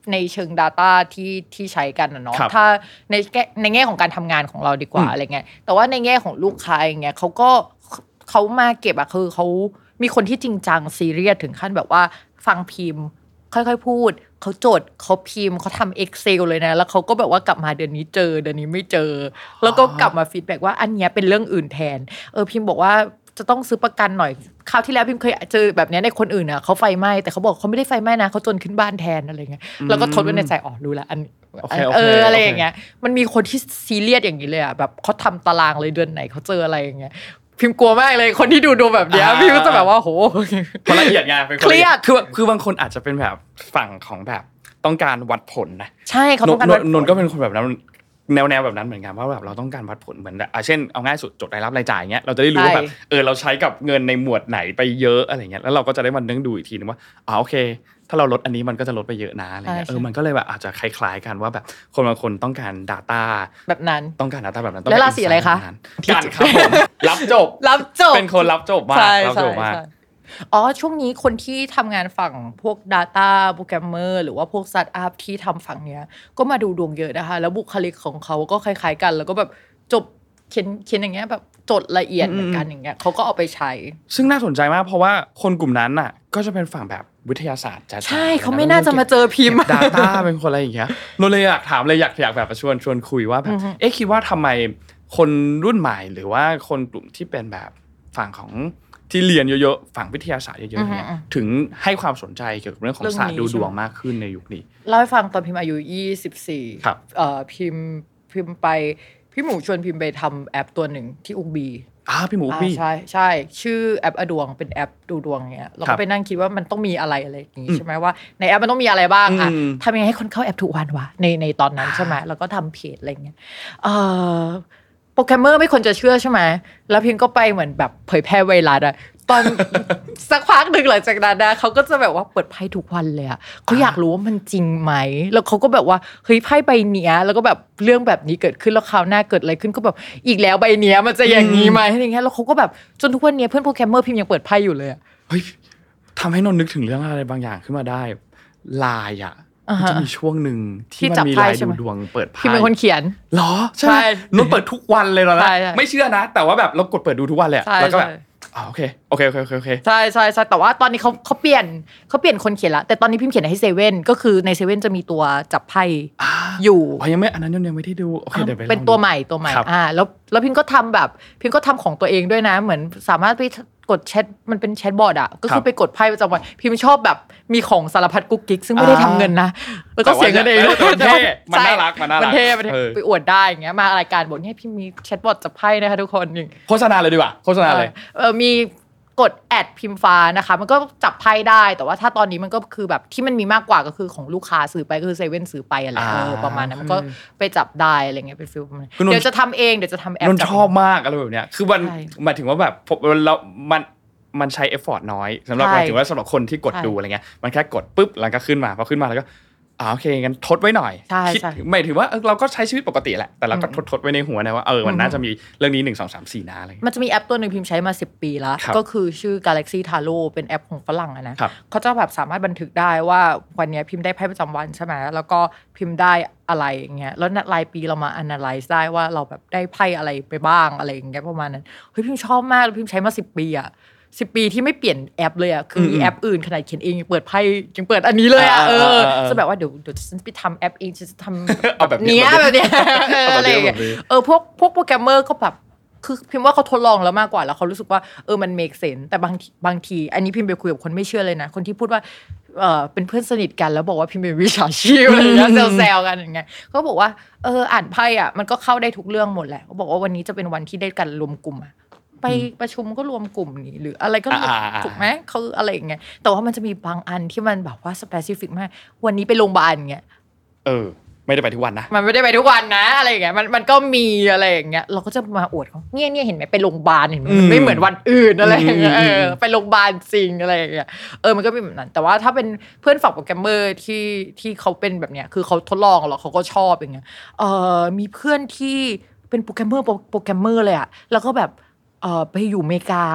ในเชิง data ที่ที่ใช้กันนะเนาะถ้าในในแง่ของการทำงานของเราดีกว่าอะไรเงี้ยแต่ว่าในแง่ของลูกค้าอย่างเงี้ยเขาก็เขามาเก็บอะคือเขามีคนที่จริงจังซีเรียสถึงขั้นแบบว่าฟังพิมพ์ค่อยๆพูดเขาจดเขาพิมพ์เขาทำ Excel เลยนะแล้วเขาก็แบบว่ากลับมาเดือนนี้เจอเดือนนี้ไม่เจอแล้วก็กลับมาฟีดแบ็กว่าอันเนี้ยเป็นเรื่องอื่นแทนเออพิมพ์บอกว่าจะต้องซื้อประกันหน่อยคราวที่แล้วพิมเคยเจอแบบนี้ในคนอื่นน่ะเขาไฟไหม้แต่เขาบอกเขาไม่ได้ไฟไหม้นะเขาจนขึ้นบ้านแทนอะไรเงี้ยแล้วก็ทดไว้ในใจอ๋อรู้ละอันเอออะไรอย่างเงี้ยมันมีคนที่ซีเรียสอย่างนี้เลยอ่ะแบบเขาทำตารางเลยเดือนไหนเขาเจออะไรอย่างเงี้ยพิมกลัวมากเลยคนที่ดูดูแบบเนี้ยพิมก็จะแบบว่าโหมันละเอียดไงเป็นคนเครียดคือคือบางคนอาจจะเป็นแบบฝั่งของแบบต้องการวัดผลนะใช่เขาต้องการวัดผลนนก็เป็นคนแบบนั้นแนวแนวแบบนั้นเหมือนกันว่าแบบเราต้องการวัดผลเหมือนอ่ะเช่นเอาง่ายสุดจดรายรับรายจ่ายเงี้ยเราจะได้รู้ว่าแบบเออเราใช้กับเงินในหมวดไหนไปเยอะอะไรเงี้ยแล้วเราก็จะได้มานั่งดูอีกทีนึงว่าอ๋อโอเคถ้าเราลดอันนี้มันก็จะลดไปเยอะนะอะไรเงี้ยเออมันก็เลยแบบอาจจะคล้ายๆกันว่าแบบคนบางคนต้องการ data แบบนั้นต้องการ data แบบนั้นแล้วราศีอะไรคะกันครับผมรับจบรับจบเป็นคนรับจบมากรับจบมากอ๋อช่วงนี้คนที่ทำงานฝั่งพวก data โปรแกรมเมอร์หรือว่าพวก startup ที่ทำฝั่งเนี้ยก็มาดูดวงเยอะนะคะแล้วบุคลิกของเขาก็คล้ายๆกันแล้วก็แบบจบเขียนเขียนอย่างเงี้ยแบบจดละเอียดเหมือนกันอย่างเงี้ยเขาก็เอาไปใช้ซึ่งน่าสนใจมากเพราะว่าคนกลุ่มนั้นน่ะก็จะเป็นฝั่งแบบวิทยาศาสตร์จ๋าๆใช่เขาไม่น่าจะมาเจอพิมพ์ data เป็นคนอะไรอย่างเงี้ยเราเลยอยากถามเลยอยากอยากแบบชวนชวนคุยว่าแบบเอ๊ะคิดว่าทำไมคนรุ่นใหม่หรือว่าคนกลุ่มที่เป็นแบบฝั่งของที่เรียนเยอะๆฝั่งวิทยาศาสตร์เยอะๆเนี่ยถึงให้ความสนใจเกี่ยวกับเรื่องของศาสตร์ดูดวงมากขึ้นในยุคนี้เล่าให้ฟังตอนพิมพ์อายุยี่สิบสี่ครับเอ่อพิมพ์พิมพ์ไปพี่หมูชวนพิมพ์ไปทำแอปตัวหนึ่งที่อุกบีอ่าพี่หมูอุกบีใช่ใช่ชื่อแอปอดวงเป็นแอปดูดวงเงี้ยเราก็ไปนั่งคิดว่ามันต้องมีอะไรอะไรอย่างงี้ใช่ไหมว่าในแอปมันต้องมีอะไรบ้างอ่ะทำยังไงให้คนเข้าแอปทุกวันวะในในตอนนั้นใช่ไหมแล้วก็ทำเพจอะไรเงี้ยเอ่อโปรแกรมเมอร์ไม่ควรจะเชื่อใช่ไหมแล้วพิมก็ไปเหมือนแบบเผยแพร่ไวรัสอะตอนสักพักหนึ่งหลังจากนั้นนะเขาก็จะแบบว่าเปิดไพ่ทุกวันเลยอะเขาอยากรู้ว่ามันจริงไหมแล้วเขาก็แบบว่าเฮ้ยไพ่ใบเนี้ยแล้วก็แบบเรื่องแบบนี้เกิดขึ้นแล้วคราวหน้าเกิดอะไรขึ้นก็แบบอีกแล้วใบเนี้ยมันจะอย่างนี้ไหมอะไรเงี้ยแล้วเขาก็แบบจนทุกวันนี้เพื่อนโปรแกรมเมอร์พิมยังเปิดไพ่อยู่เลยอะเฮ้ยทำให้นนนึกถึงเรื่องอะไรบางอย่างขึ้นมาได้ไลน์อะจะมีช่วงหนึ่งที่มันมีไลน์ดูดวงเปิดไพ่พิมเป็นคนเขียนหรอใช่นนเปิดทุกวันเลยเหรอนะไม่เชื่อนะแต่ว่าแบบเรากดเปิดดูทุกวันเลยแล้วก็แบบอ๋อโอเคโอเคโอเคโอเคโอเคใช่ใช่ใช่แต่ว่าตอนนี้เขาเขาเปลี่ยนเขาเปลี่ยนคนเขียนละแต่ตอนนี้พิมพ์เขียนให้เซเว่นก็คือในเซเว่นจะมีตัวจับไพ่อยู่อ๋อยังไม่อันนั้นยังไม่ได้ดูโอเคเดี๋ยวไปเป็นตัวใหม่ตัวใหม่อ่าแล้วแล้วพิมก็ทำแบบพิมก็ทำของตัวเองด้วยนะเหมือนสามารถไปกดแชทมันเป็นแชทบอทอ่ะก็คือไปกดไพ่ประจำวันพิมชอบแบบมีของสารพัดกุ๊กกิ๊กซึ่งไม่ได้ทำเงินนะแล้วก็เสียเงินเองมันเท่มันน่ารักมันน่ารักมันเท่ไปอวดได้อย่างเงี้ยมารายการบทให้พิมมีแชทบอทจับไพ่นะคะทุกคนโฆษณาเลยดีกว่าโฆษณาเลยเออมีกดแอดพิมฟ้านะคะมันก็จับไพ่ได้แต่ว่าถ้าตอนนี้มันก็คือแบบที่มันมีมากกว่าก็คือของลูกค้าซื้อไปก็คือเซเว่นซื้อไปอะไรเออประมาณนั้นมันก็ไปจับได้อะไรเงี้ยเป็นฟิลเดี๋ยวจะทำเองเดี๋ยวจะทำแอปนนชอบมากอะไรแบบเนี้ยคือมันหมายถึงว่าแบบเรามันมันใช้เอฟฟอร์ตน้อยสำหรับหมายถึงว่าสำหรับคนที่กดดูอะไรเงี้ยมันแค่กดปุ๊บแล้วก็ขึ้นมาพอขึ้นมาแล้วก็อ๋อโอเคงั้นทดไว้หน่อยคิดหมายถึงว่าเราก็ใช้ชีวิตปกติแหละแต่เราก็ทดทดไว้ในหัวนะว่าเออมันน่าจะมีเรื่องนี้หนึ่ง สอง สาม สี่นะอะไรมันจะมีแอปตัวนึงพิมพ์ใช้มาสิบปีแล้วก็คือชื่อ Galaxy Tarot เป็นแอปของฝรั่งนะเขาจะแบบสามารถบันทึกได้ว่าวันนี้พิมพ์ได้ไพ่ประจำวันใช่ไหมแล้วก็พิมพ์ได้อะไรอย่างเงี้ยแล้วรายปีเรามา analyze ได้ว่าเราแบบได้ไพ่อะไรไปบ้างอะไรอย่างเงี้ยประมาณนั้นเฮ้ยพิมพ์ชอบมากแล้วพิมพ์ใช้มาสิบปีอะสิบปีที่ไม่เปลี่ยนแอปเลยอ่ะคือแอปอื่นขนาดเขียนเองยังเปิดไพ่ยังเปิดอันนี้เลยอ่ะเออจะแบบว่าเดี๋ยวเดี๋ยวฉันไปทำแอปเองฉันจะทำแบบนี้แบบนี้อะไรอย่างเงี้ยเออพวกพวกโปรแกรมเมอร์ก็แบบคือพิมพ์ว่าเขาทดลองแล้วมากกว่าแล้วเขารู้สึกว่าเออมัน make sense แต่บางบางทีอันนี้พิมพ์ไปคุยกับคนไม่เชื่อเลยนะคนที่พูดว่าเออเป็นเพื่อนสนิทกันแล้วบอกว่าพิมพ์เป็นวิชาชีพอะไรอย่างเงี้ยแซวๆกันอย่างเงี้ยเขาบอกว่าเอออ่านไพ่อ่ะมันก็เข้าได้ทุกเรื่องหมดแหละเขาบอกว่าวันนี้จะเป็นวันที่ได้กันรวมกลุ่มอ่ะไปประชุมก็รวมกลุ่มนี่หรืออะไรก็ถูกไหมเขาอะไรอย่างเงี้ยแต่ว่ามันจะมีบางอันที่มันแบบว่าสเปซิฟิกมากวันนี้ไปโรงพยาบาลเงี้ยเออไม่ได้ไปทุกวันนะมันไม่ได้ไปทุกวันนะอะไรอย่างเงี้ยมันมันก็มีอะไรอย่างเงี้ยเราก็จะมาอวดเขาเนี่ยเนี่ยเห็นไหมไปโรงพยาบาลเห็นไหมไม่เหมือนวันอื่นอะไรอย่างเงี้ยเออไปโรงพยาบาลจริงอะไรอย่างเงี้ยเออมันก็เป็นแบบนั้นแต่ว่าถ้าเป็นเพื่อนฝั่งโปรแกรมเมอร์ที่ที่เขาเป็นแบบเนี้ยคือเขาทดลองแล้วเขาก็ชอบอย่างเงี้ยเออมีเพื่อนที่เป็นโปรแกรมเมอร์โปรแกรมเมอร์เลยอะแล้วก็แบบเอ่อไปอยู่อเมริกาไปไป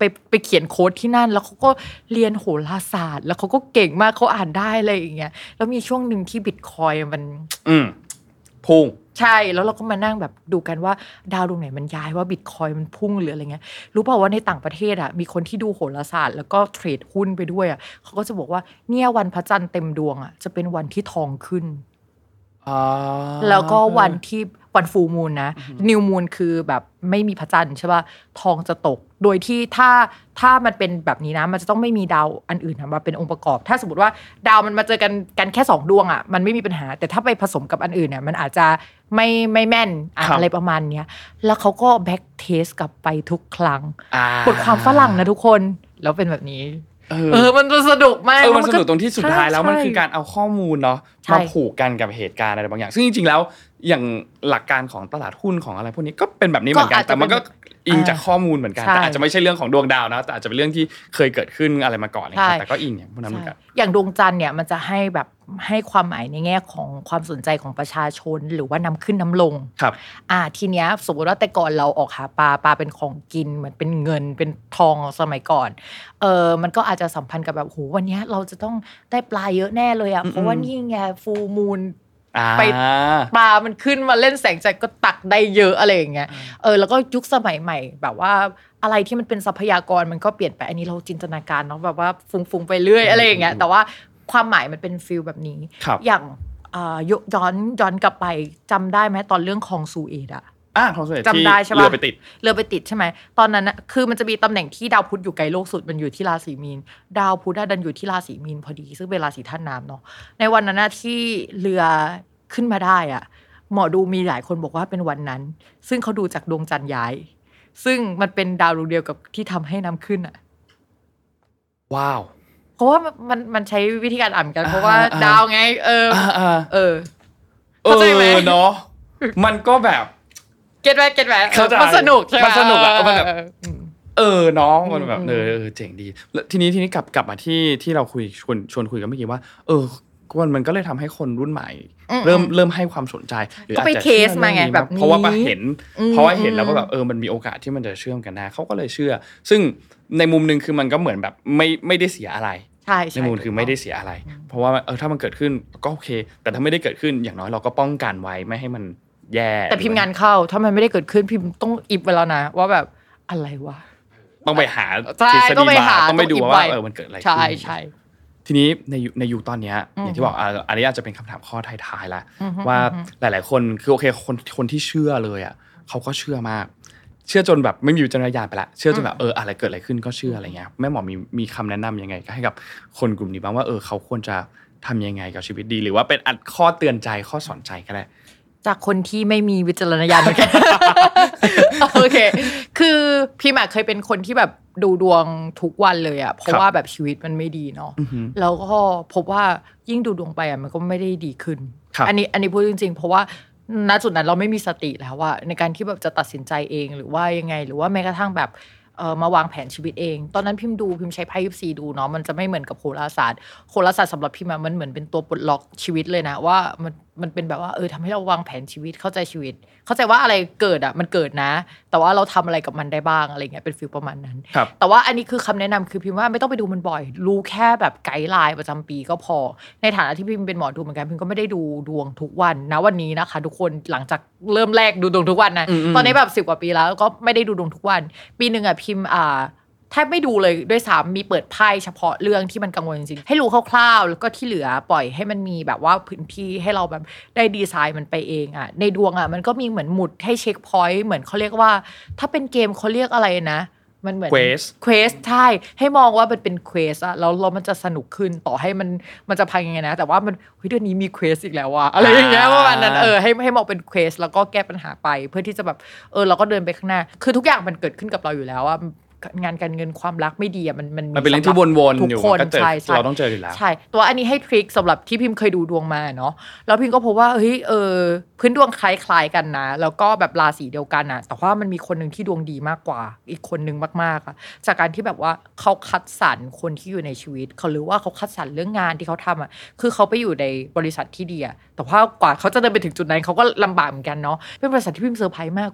ไปไปเขียนโค้ดที่นั่นแล้วเขาก็เรียนโหราศาสตร์แล้วเขาก็เก่งมากเขาอ่านได้อะไรอย่างเงี้ยแล้วมีช่วงนึงที่ Bitcoin มันอืมพุ่งใช่แล้วเราก็มานั่งแบบดูกันว่าดาวดวงไหนมันย้ายว่า Bitcoin มันพุ่งหรืออะไรเงี้ยรู้เปล่าว่าในต่างประเทศอ่ะมีคนที่ดูโหราศาสตร์แล้วก็เทรดหุ้นไปด้วยอ่ะเขาก็จะบอกว่าเนี่ยวันพระจันทร์เต็มดวงอ่ะจะเป็นวันที่ทองขึ้นแล้วก็วันที่วันฟูลมูนนะนิวมูนคือแบบไม่มีพระจันทร์ใช่ป่ะทองจะตกโดยที่ถ้าถ้ามันเป็นแบบนี้นะมันจะต้องไม่มีดาวอันอื่นมาเป็นองค์ประกอบถ้าสมมติว่าดาวมันมาเจอกันกันแค่สองดวงอ่ะมันไม่มีปัญหาแต่ถ้าไปผสมกับอันอื่นเนี่ยมันอาจจะไม่ไม่แม่นอะไรประมาณเนี้ยแล้วเขาก็แบ็กเทสกลับไปทุกครั้งบทความฝรั่งนะทุกคนแล้วเป็นแบบนี้เออมันสนุกมากเออมันสนุกตรงที่สุดท้ายแล้วมันคือการเอาข้อมูลเนาะมาผูกกันกับเหตุการณ์อะไรบางอย่างซึ่งจริงๆแล้วอย่างหลักการของตลาดหุ้นของอะไรพวกนี้ก็เป็นแบบนี้เหมือนกันแต่มันก็อิงจากข้อมูลเหมือนกันแต่อาจจะไม่ใช่เรื่องของดวงดาวนะแต่อาจจะเป็นเรื่องที่เคยเกิดขึ้นอะไรมาก่อนแต่ก็อิงอย่างพวกนั้นเหมือนกันอย่างดวงจันทร์เนี่ยมันจะให้แบบให้ความหมายในแง่ของความสนใจของประชาชนหรือว่านำขึ้นนำลงครับอ่าทีเนี้ยสมมติว่าแต่ก่อนเราออกหาปลาปลาเป็นของกินเหมือนเป็นเงินเป็นทองสมัยก่อนเออมันก็อาจจะสัมพันธ์กับแบบโหวันนี้เราจะต้องได้ปลาเยอะแน่เลยอ่ะเพราะว่านี่ไงฟูลมูนไปปลามันขึ้นมาเล่นแสงจันทร์ก็ตักได้เยอะอะไรอย่างเงี้ยเออแล้วก็ยุคสมัยใหม่แบบว่าอะไรที่มันเป็นทรัพยากรมันก็เปลี่ยนไปอันนี้เราจินตนาการเนาะแบบว่าฟุ้งๆไปเรื่อยอะไรอย่างเงี้ยแต่ว่าความหมายมันเป็นฟีลแบบนี้อย่างอ่าย้อนย้อนกลับไปจำได้ไหมตอนเรื่องคลองซูเอซอะอ่าคลองซูเอซจำได้ใช่ป่ะเรือไปติดเรือไปติดใช่ไหมตอนนั้นนะคือมันจะมีตำแหน่งที่ดาวพุธอยู่ไกลโลกสุดมันอยู่ที่ราศีมีนดาวพุธดันอยู่ที่ราศีมีนพอดีซึ่งเป็นราศีธาตุน้ำเนาะในวันนั้นนะที่เรือขึ้นมาได้อ่ะหมอดูมีหลายคนบอกว่าเป็นวันนั้นซึ่งเขาดูจากดวงจันทร์ย้ายซึ่งมันเป็นดาวดวงเดียวกับที่ทำให้น้ำขึ้นอ่ะว้าวเพราะว่ามันมันใช้วิธีการอ่านกันเพราะว่าดาวไงเออเออเข้าใจไหมเนาะมันก็แบบเก็ตไหมเก็ตไหมมันสนุกใช่ไหมมันสนุกอะมันแบบเออน้องมันแบบเออเจ๋งดีแล้วทีนี้ทีนี้กลับกลับมาที่ที่เราคุยชวนชวนคุยกันเมื่อกี้ว่าเออมันก็เลยทำให้คนรุ่นใหม่เริ่มเริ่มให้ความสนใจหรืออาจจะเทสมาไงแบบนี้เพราะว่าเห็นเพราะว่าเห็นแล้วก็แบบเออมันมีโอกาสที่มันจะเชื่อมกันได้เขาก็เลยเชื่อซึ่งในมุมนึงคือมันก็เหมือนแบบไม่ไม่ได้เสียอะไรในมุมคือไม่ได้เสียอะไรเพราะว่าเออถ้ามันเกิดขึ้นก็โอเคแต่ถ้าไม่ได้เกิดขึ้นอย่างน้อยเราก็ป้องกันไว้ไม่ให้มันแย่แต่พิมพ์งานเข้าถ้ามันไม่ได้เกิดขึ้นพิมพ์ต้องอิบไว้แล้วนะว่าแบบอะไรวะต้องไปหาทฤษฎีมาต้องไปดูว่าเออมันเกิดอะไรขึ้นใช่ใช่ทีนี้ในในยุคตอนนี้อย่างที่บอกอันนี้อาจจะเป็นคำถามข้อท้ายๆแล้วว่าหลายๆคนคือโอเคคนคนที่เชื่อเลยอ่ะเขาก็เชื่อมากเชื่อจนแบบไม่มีวิจารณญาณไปละเชื่อจนแบบเอออะไรเกิดอะไรขึ้นก็เชื่ออะไรเงี้ยแม่หมอมีมีคำแนะนำยังไงให้กับคนกลุ่มนี้บ้างว่าเออเขาควรจะทำยังไงกับชีวิตดีหรือว่าเป็นอัดข้อเตือนใจข้อสอนใจก็ได้จากคนที่ไม่มีวิจารณญาณเหมือนกันโอเคคือพี่หมากเคยเป็นคนที่แบบดูดวงทุกวันเลยอ่ะเพราะว่าแบบชีวิตมันไม่ดีเนาะแล้วก็พบว่ายิ่งดูดวงไปอ่ะมันก็ไม่ได้ดีขึ้นอันนี้อันนี้พูดจริงๆเพราะว่าณจุดนั้นเราไม่มีสติแล้วว่าในการที่แบบจะตัดสินใจเองหรือว่ายังไงหรือว่าแม้กระทั่งแบบเอ่อมาวางแผนชีวิตเองตอนนั้นพิมพ์ดูพิมพ์ใช้ไพ่ยิปซีดูเนาะมันจะไม่เหมือนกับโหราศาสตร์โหราศาสตร์สำหรับพิมพ์มันเหมือนเป็นตัวปลดล็อกชีวิตเลยนะว่ามันมันเป็นแบบว่าเออทำให้เราวางแผนชีวิตเข้าใจชีวิตเข้าใจว่าอะไรเกิดอ่ะมันเกิดนะแต่ว่าเราทำอะไรกับมันได้บ้างอะไรเงี้ยเป็นฟีลประมาณนั้นแต่ว่าอันนี้คือคำแนะนำคือพิมพ์ว่าไม่ต้องไปดูมันบ่อยรู้แค่แบบไกด์ไลน์ประจำปีก็พอในฐานะที่พิมพ์เป็นหมอดูเหมือนกันพิมพ์ก็ไม่ได้ดูดวงทุกวันนะวันนี้นะคะทุกคนหลังจากเริ่มแรกดูดวงทุกวันนะตอนนี้แบบสิบกว่าปีแล้วก็ไม่ได้ดูดวงทุกวันปีนึงอ่ะพิมพ์อ่าแทบไม่ดูเลยด้วยซ้ำมีเปิดไพ่เฉพาะเรื่องที่มันกังวลจริงๆให้รู้คร่าวๆแล้วก็ที่เหลือปล่อยให้มันมีแบบว่าพื้นที่ให้เราแบบได้ดีไซน์มันไปเองอ่ะในดวงอ่ะมันก็มีเหมือนหมุดให้เช็คพอยต์เหมือนเขาเรียกว่าถ้าเป็นเกมเขาเรียกอะไรนะมันเหมือน quest quest ใช่ให้มองว่ามันเป็น quest อะแล้วเรามันจะสนุกขึ้นต่อให้มันมันจะพังยังไงนะแต่ว่ามันเฮ้ยเดือนนี้มี quest อีกแล้วว่ะอะไรอย่างเงี้ยประมาณนั้นเออให้ให้มองเป็น quest แล้วก็แก้ปัญหาไปเพื่อที่จะแบบเออเราก็เดินไปข้างหน้าคือทุกอย่างมันเกิดขึ้นกับเราอยู่แล้วอะงานการเงินความรักไม่ดีอ่ะมันมันมันเป็นเรื่องที่วนๆอยู่ก็เจอเราต้องเจออยู่แล้วใช่ตัวอันนี้ให้ทริคสำหรับที่พิมพ์เคยดูดวงมาเนาะแล้วพิมพ์ก็พบว่าเฮ้ยเออพื้นดวงคล้ายๆกันนะแล้วก็แบบราศีเดียวกันนะแต่ว่ามันมีคนนึงที่ดวงดีมากกว่าอีกคนนึงมากๆอ่ะจากการที่แบบว่าเขาคัดสรรคนที่อยู่ในชีวิตเขาหรือว่าเขาคัดสรรเรื่องงานที่เขาทำอ่ะคือเขาไปอยู่ในบริษัทที่ดีอ่ะแต่ว่ากว่าเขาจะเดินไปถึงจุดนั้นเขาก็ลำบากเหมือนกันเนาะเป็นบริษัทที่พิมพ์เซอร์ไพรส์มากว่า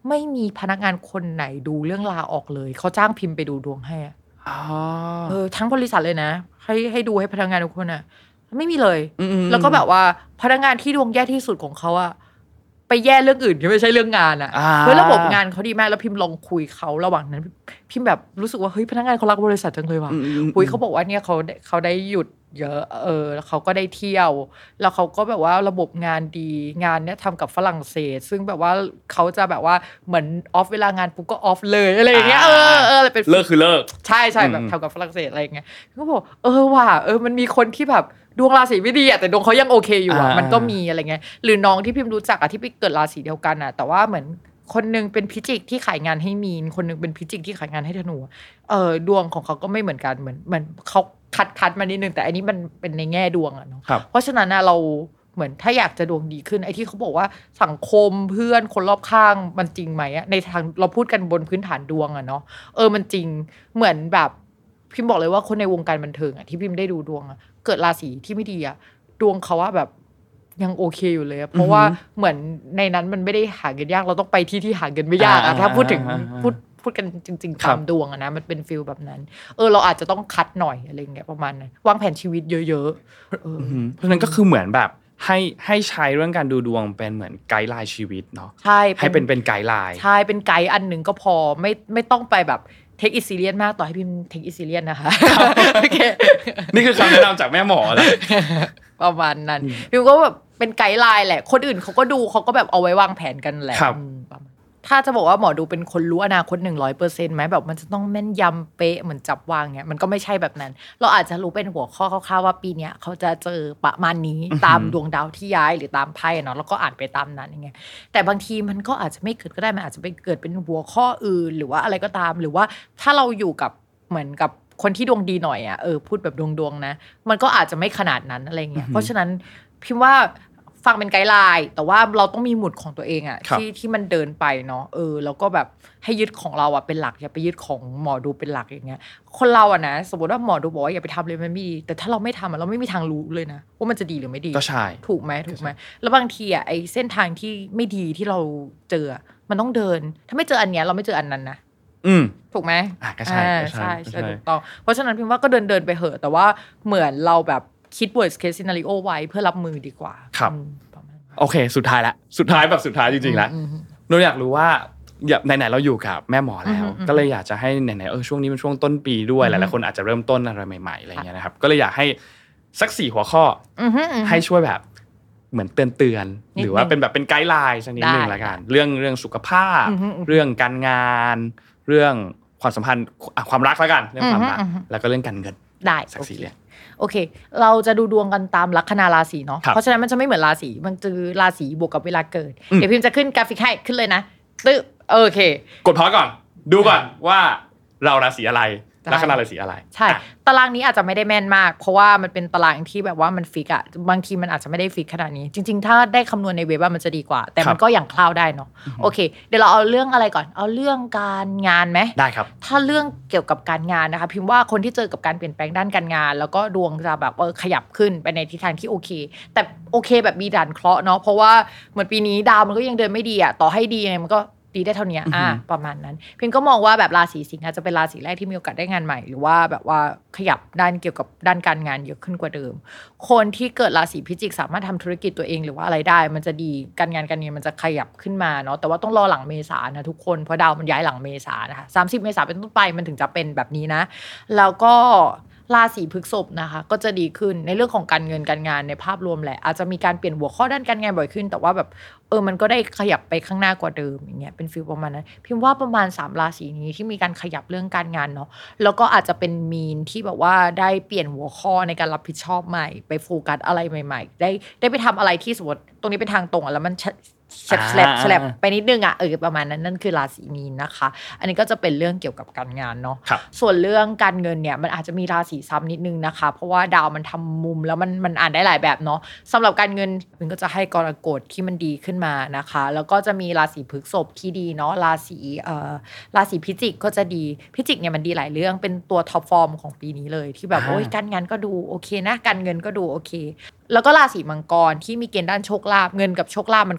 ไม่มีพนักงานคนไหนดูเรื่องลาออกเลยเขาจ้างพิมพ์ไปดูดวงให้อ๋อเออทั้งบริษัทเลยนะให้ให้ดูให้พนักงานทุกคนอ่ะไม่มีเลยแล้วก็แบบว่าพนักงานที่ดวงแย่ที่สุดของเขาอะไปแย่เรื่องอื่นที่ไม่ใช่เรื่องงานอ่ะเฮ้ยระบบงานเขาดีมากแล้วพิมพ์ลองคุยเขาระหว่างนั้นพิมพ์แบบรู้สึกว่าเฮ้ยพนักงานเขารักบริษัทจังเลยว่ะอุ้ยเขาบอกว่าเนี่ยเขาเขาได้หยุดเยอะเออแล้วเขาก็ได้เที่ยวแล้วเขาก็แบบว่าระบบงานดีงานเนี้ยทำกับฝรั่งเศสซึ่งแบบว่าเขาจะแบบว่าเหมือนออฟเวลางานปุ๊บก็ออฟเลยอะไรอย่างเงี้ยเออเอออะไรเป็นเลิกคือเลิกใช่ใช่แบบทำกับฝรั่งเศสอะไรอย่างเงี้ยเขาบอกเออว่ะเออมันมีคนที่แบบดวงราศีไม่ดีอ่ะแต่ดวงเขายังโอเคอยู่อ่ะมันก็มีอะไรเงี้ยหรือน้องที่พิมพ์รู้จักอ่ะที่ไปเกิดราศีเดียวกันอ่ะแต่ว่าเหมือนคนนึงเป็นพิจิกที่ขายงานให้มีนคนนึงเป็นพิจิกที่ขายงานให้ธนูเออดวงของเขาก็ไม่เหมือนกันเหมือนเหมือนเขาคัดคัดมานิดนึงแต่อันนี้มันเป็นในแง่ดวงอ่ะเนาะเพราะฉะนั้นนะเราเหมือนถ้าอยากจะดวงดีขึ้นไอ้ที่เขาบอกว่าสังคมเพื่อนคนรอบข้างมันจริงไหมอ่ะในทางเราพูดกันบนพื้นฐานดวงอ่ะเนาะเออมันจริงเหมือนแบบพิมพ์บอกเลยว่าคนในวงการบันเทิงอ่ะที่พิมพ์ได้ดูดวงอ่ะเกิดราศีที่ไม่ดีอ่ะดวงเขาว่าแบบยังโอเคอยู่เลยเพราะว่าเหมือนในนั้นมันไม่ได้หาเงินยากเราต้องไปที่ที่หาเงินไม่ยากอะถ้าพูดถึงพูดพูดกันจริงๆตามดวงอะนะมันเป็นฟีลแบบนั้นเออเราอาจจะต้องคัดหน่อยอะไรเงี้ยประมาณนั้นวางแผนชีวิตเยอะๆเออเพราะฉะนั้นก็คือเหมือนแบบให้ให้ใช้เรื่องการดูดวงเป็นเหมือนไกด์ไลน์ชีวิตเนาะใช่ให้เป็นเป็นไกด์ไลน์ใช่เป็นไกด์อันนึงก็พอไม่ไม่ต้องไปแบบเทคอิซีเรียนมากต่อให้พิมเทคอิซีเรียนนะคะโอเคนี่คือคำแนะนำจากแม่หมอแล้วประมาณนั้นพิมก็แบบเป็นไกด์ไลน์แหละคนอื่นเขาก็ดูเขาก็แบบเอาไว้วางแผนกันแหละถ้าจะบอกว่าหมอดูเป็นคนรู้อนาคต หนึ่งร้อยเปอร์เซ็นต์ ไหมแบบมันจะต้องแม่นยำเป๊ะเหมือนจับวางเงี้ยมันก็ไม่ใช่แบบนั้นเราอาจจะรู้เป็นหัวข้อคร่าวๆว่าปีเนี้ยเขาจะเจอประมาณนี้ตามดวงดาวที่ย้ายหรือตามไพ่เนาะแล้วก็อ่านไปตามนั้นอย่างเงี้ยแต่บางทีมันก็อาจจะไม่เกิดก็ได้มันอาจจะไปเกิดเป็นหัวข้ออื่นหรือว่าอะไรก็ตามหรือว่าถ้าเราอยู่กับเหมือนกับคนที่ดวงดีหน่อยอ่ะเออพูดแบบดวงๆนะมันก็อาจจะไม่ขนาดนั้นอะไรเงี้ยเพราะฉะนั้นพิมพ์ว่าฟังเป็นไกด์ไลน์แต่ว่าเราต้องมีหมุดของตัวเองอะที่ที่มันเดินไปเนาะเออแล้วก็แบบให้ยึดของเราอะเป็นหลักอย่าไปยึดของหมอดูเป็นหลักอย่างเงี้ยคนเราอะนะสมมติว่าหมอดูบอกว่าอย่าไปทำเลยมันไม่ดีแต่ถ้าเราไม่ทำอะเราไม่มีทางรู้เลยนะว่ามันจะดีหรือไม่ดีก็ใช่ถูกไหมถูกไหมแล้วบางทีอะไอเส้นทางที่ไม่ดีที่เราเจอมันต้องเดินถ้าไม่เจออันเนี้ยเราไม่เจออันนั้นนะอืมถูกไหมอ่ะก็ใช่ใช่ใช่ถูกต้องเพราะฉะนั้นพิมพ์ว่าก็เดินเดินไปเหอะแต่ว่าเหมือนเราแบบคิด worst case scenario ไว้เพื่อรับมือดีกว่าครับโอเคสุดท้ายละสุดท้ายแบบสุดท้ายจริงๆแล้วหนูอยากรู้ว่าไหนๆเราอยู่กับแม่หมอแล้วก็เลยอยากจะให้ไหนๆเออช่วงนี้เป็นช่วงต้นปีด้วยหลายๆคนอาจจะเริ่มต้นอะไรใหม่ๆอะไรเงี้ยนะครับก็เลยอยากให้สักสี่หัวข้อให้ช่วยแบบเหมือนเตือนๆหรือว่าเป็นแบบเป็นไกด์ไลน์สักนิดนึงละกันเรื่องเรื่องสุขภาพเรื่องการงานเรื่องความสัมพันธ์ความรักละกันเรื่องความรักแล้วก็เรื่องการเงินได้สักสี่เรื่องโอเคเราจะดูดวงกันตามลัคนาราศีเนาะเพราะฉะนั้นมันจะไม่เหมือนราศีมันจะราศีบวกกับเวลาเกิดเดี๋ยวพิมพ์จะขึ้นกราฟิกให้ขึ้นเลยนะตึ๊บโอเคกดพอก่อนดูก่อนว่าเราราศีอะไรลัคนาราศีอะไรใช่ตารางนี้อาจจะไม่ได้แม่นมากเพราะว่ามันเป็นตารางที่แบบว่ามันฟิกอะบางทีมันอาจจะไม่ได้ฟิกขนาดนี้จริงๆถ้าได้คำนวณในเว็บว่ามันจะดีกว่าแต่มันก็อย่างคร่าวได้เนาะโอเคเดี๋ยวเราเอาเรื่องอะไรก่อนเอาเรื่องการงานไหมได้ครับถ้าเรื่องเกี่ยวกับการงานนะคะพิมพ์ว่าคนที่เจอกับการเปลี่ยนแปลงด้านการงานแล้วก็ดวงจะแบบเออขยับขึ้นไปในทิศทางที่โอเคแต่โอเคแบบมีด่านเคราะห์เนาะเพราะว่าเหมือนปีนี้ดาวมันก็ยังเดินไม่ดีอะต่อให้ดีไงมันก็ดีได้เท่านี้อ่าประมาณนั้นเพียงก็มองว่าแบบราศีสิงห์อาจจะเป็นราศีแรกที่มีโอกาสได้งานใหม่หรือว่าแบบว่าขยับด้านเกี่ยวกับด้านการงานเยอะขึ้นกว่าเดิมคนที่เกิดราศีพิจิกสามารถทำธุรกิจตัวเองหรือว่าอะไรได้มันจะดีการงานการเงินมันจะขยับขึ้นมาเนาะแต่ว่าต้องรอหลังเมษานะทุกคนเพราะดาวมันย้ายหลังเมษานะคะสามสิบเมษาเป็นต้นไปมันถึงจะเป็นแบบนี้นะแล้วก็ราศีพฤษภนะคะก็จะดีขึ้นในเรื่องของการเงินการงานในภาพรวมแหละอาจจะมีการเปลี่ยนหัวข้อด้านการงานบ่อยขึ้นแต่ว่าแบบเออมันก็ได้ขยับไปข้างหน้ากว่าเดิมอย่างเงี้ยเป็นฟีลประมาณนั้นพิมพ์ว่าประมาณสามราศีนี้ที่มีการขยับเรื่องการงานเนาะแล้วก็อาจจะเป็นมีนที่แบบว่าได้เปลี่ยนหัวข้อในการรับผิดชอบใหม่ไปโฟกัสอะไรใหม่ๆได้ได้ไปทำอะไรที่สมมติตรงนี้เป็นทางตรงแล้วมันแฉลบแฉลบแฉลบไปนิดนึงอ่ะเออประมาณนั้นนั่นคือราศีมีนนะคะอันนี้ก็จะเป็นเรื่องเกี่ยวกับการงานเนาะส่วนเรื่องการเงินเนี่ยมันอาจจะมีราศีซ้ำนิดนึงนะคะเพราะว่าดาวมันทำมุมแล้วมันมันอ่านได้หลายแบบเนาะสำหรับการเงินมันก็จะให้กรกฎที่มันดีขึ้นมานะคะแล้วก็จะมีราศีพฤษภที่ดีเนาะราศีเอ่อราศีพิจิกก็จะดีพิจิกเนี่ยมันดีหลายเรื่องเป็นตัวท็อปฟอร์มของปีนี้เลยที่แบบโอ้ยการงานก็ดูโอเคนะการเงินก็ดูโอเคแล้วก็ราศีมังกรที่มีเกณฑ์ด้านโชคลาภเงินกับโชคลาภมันคนละอันกัน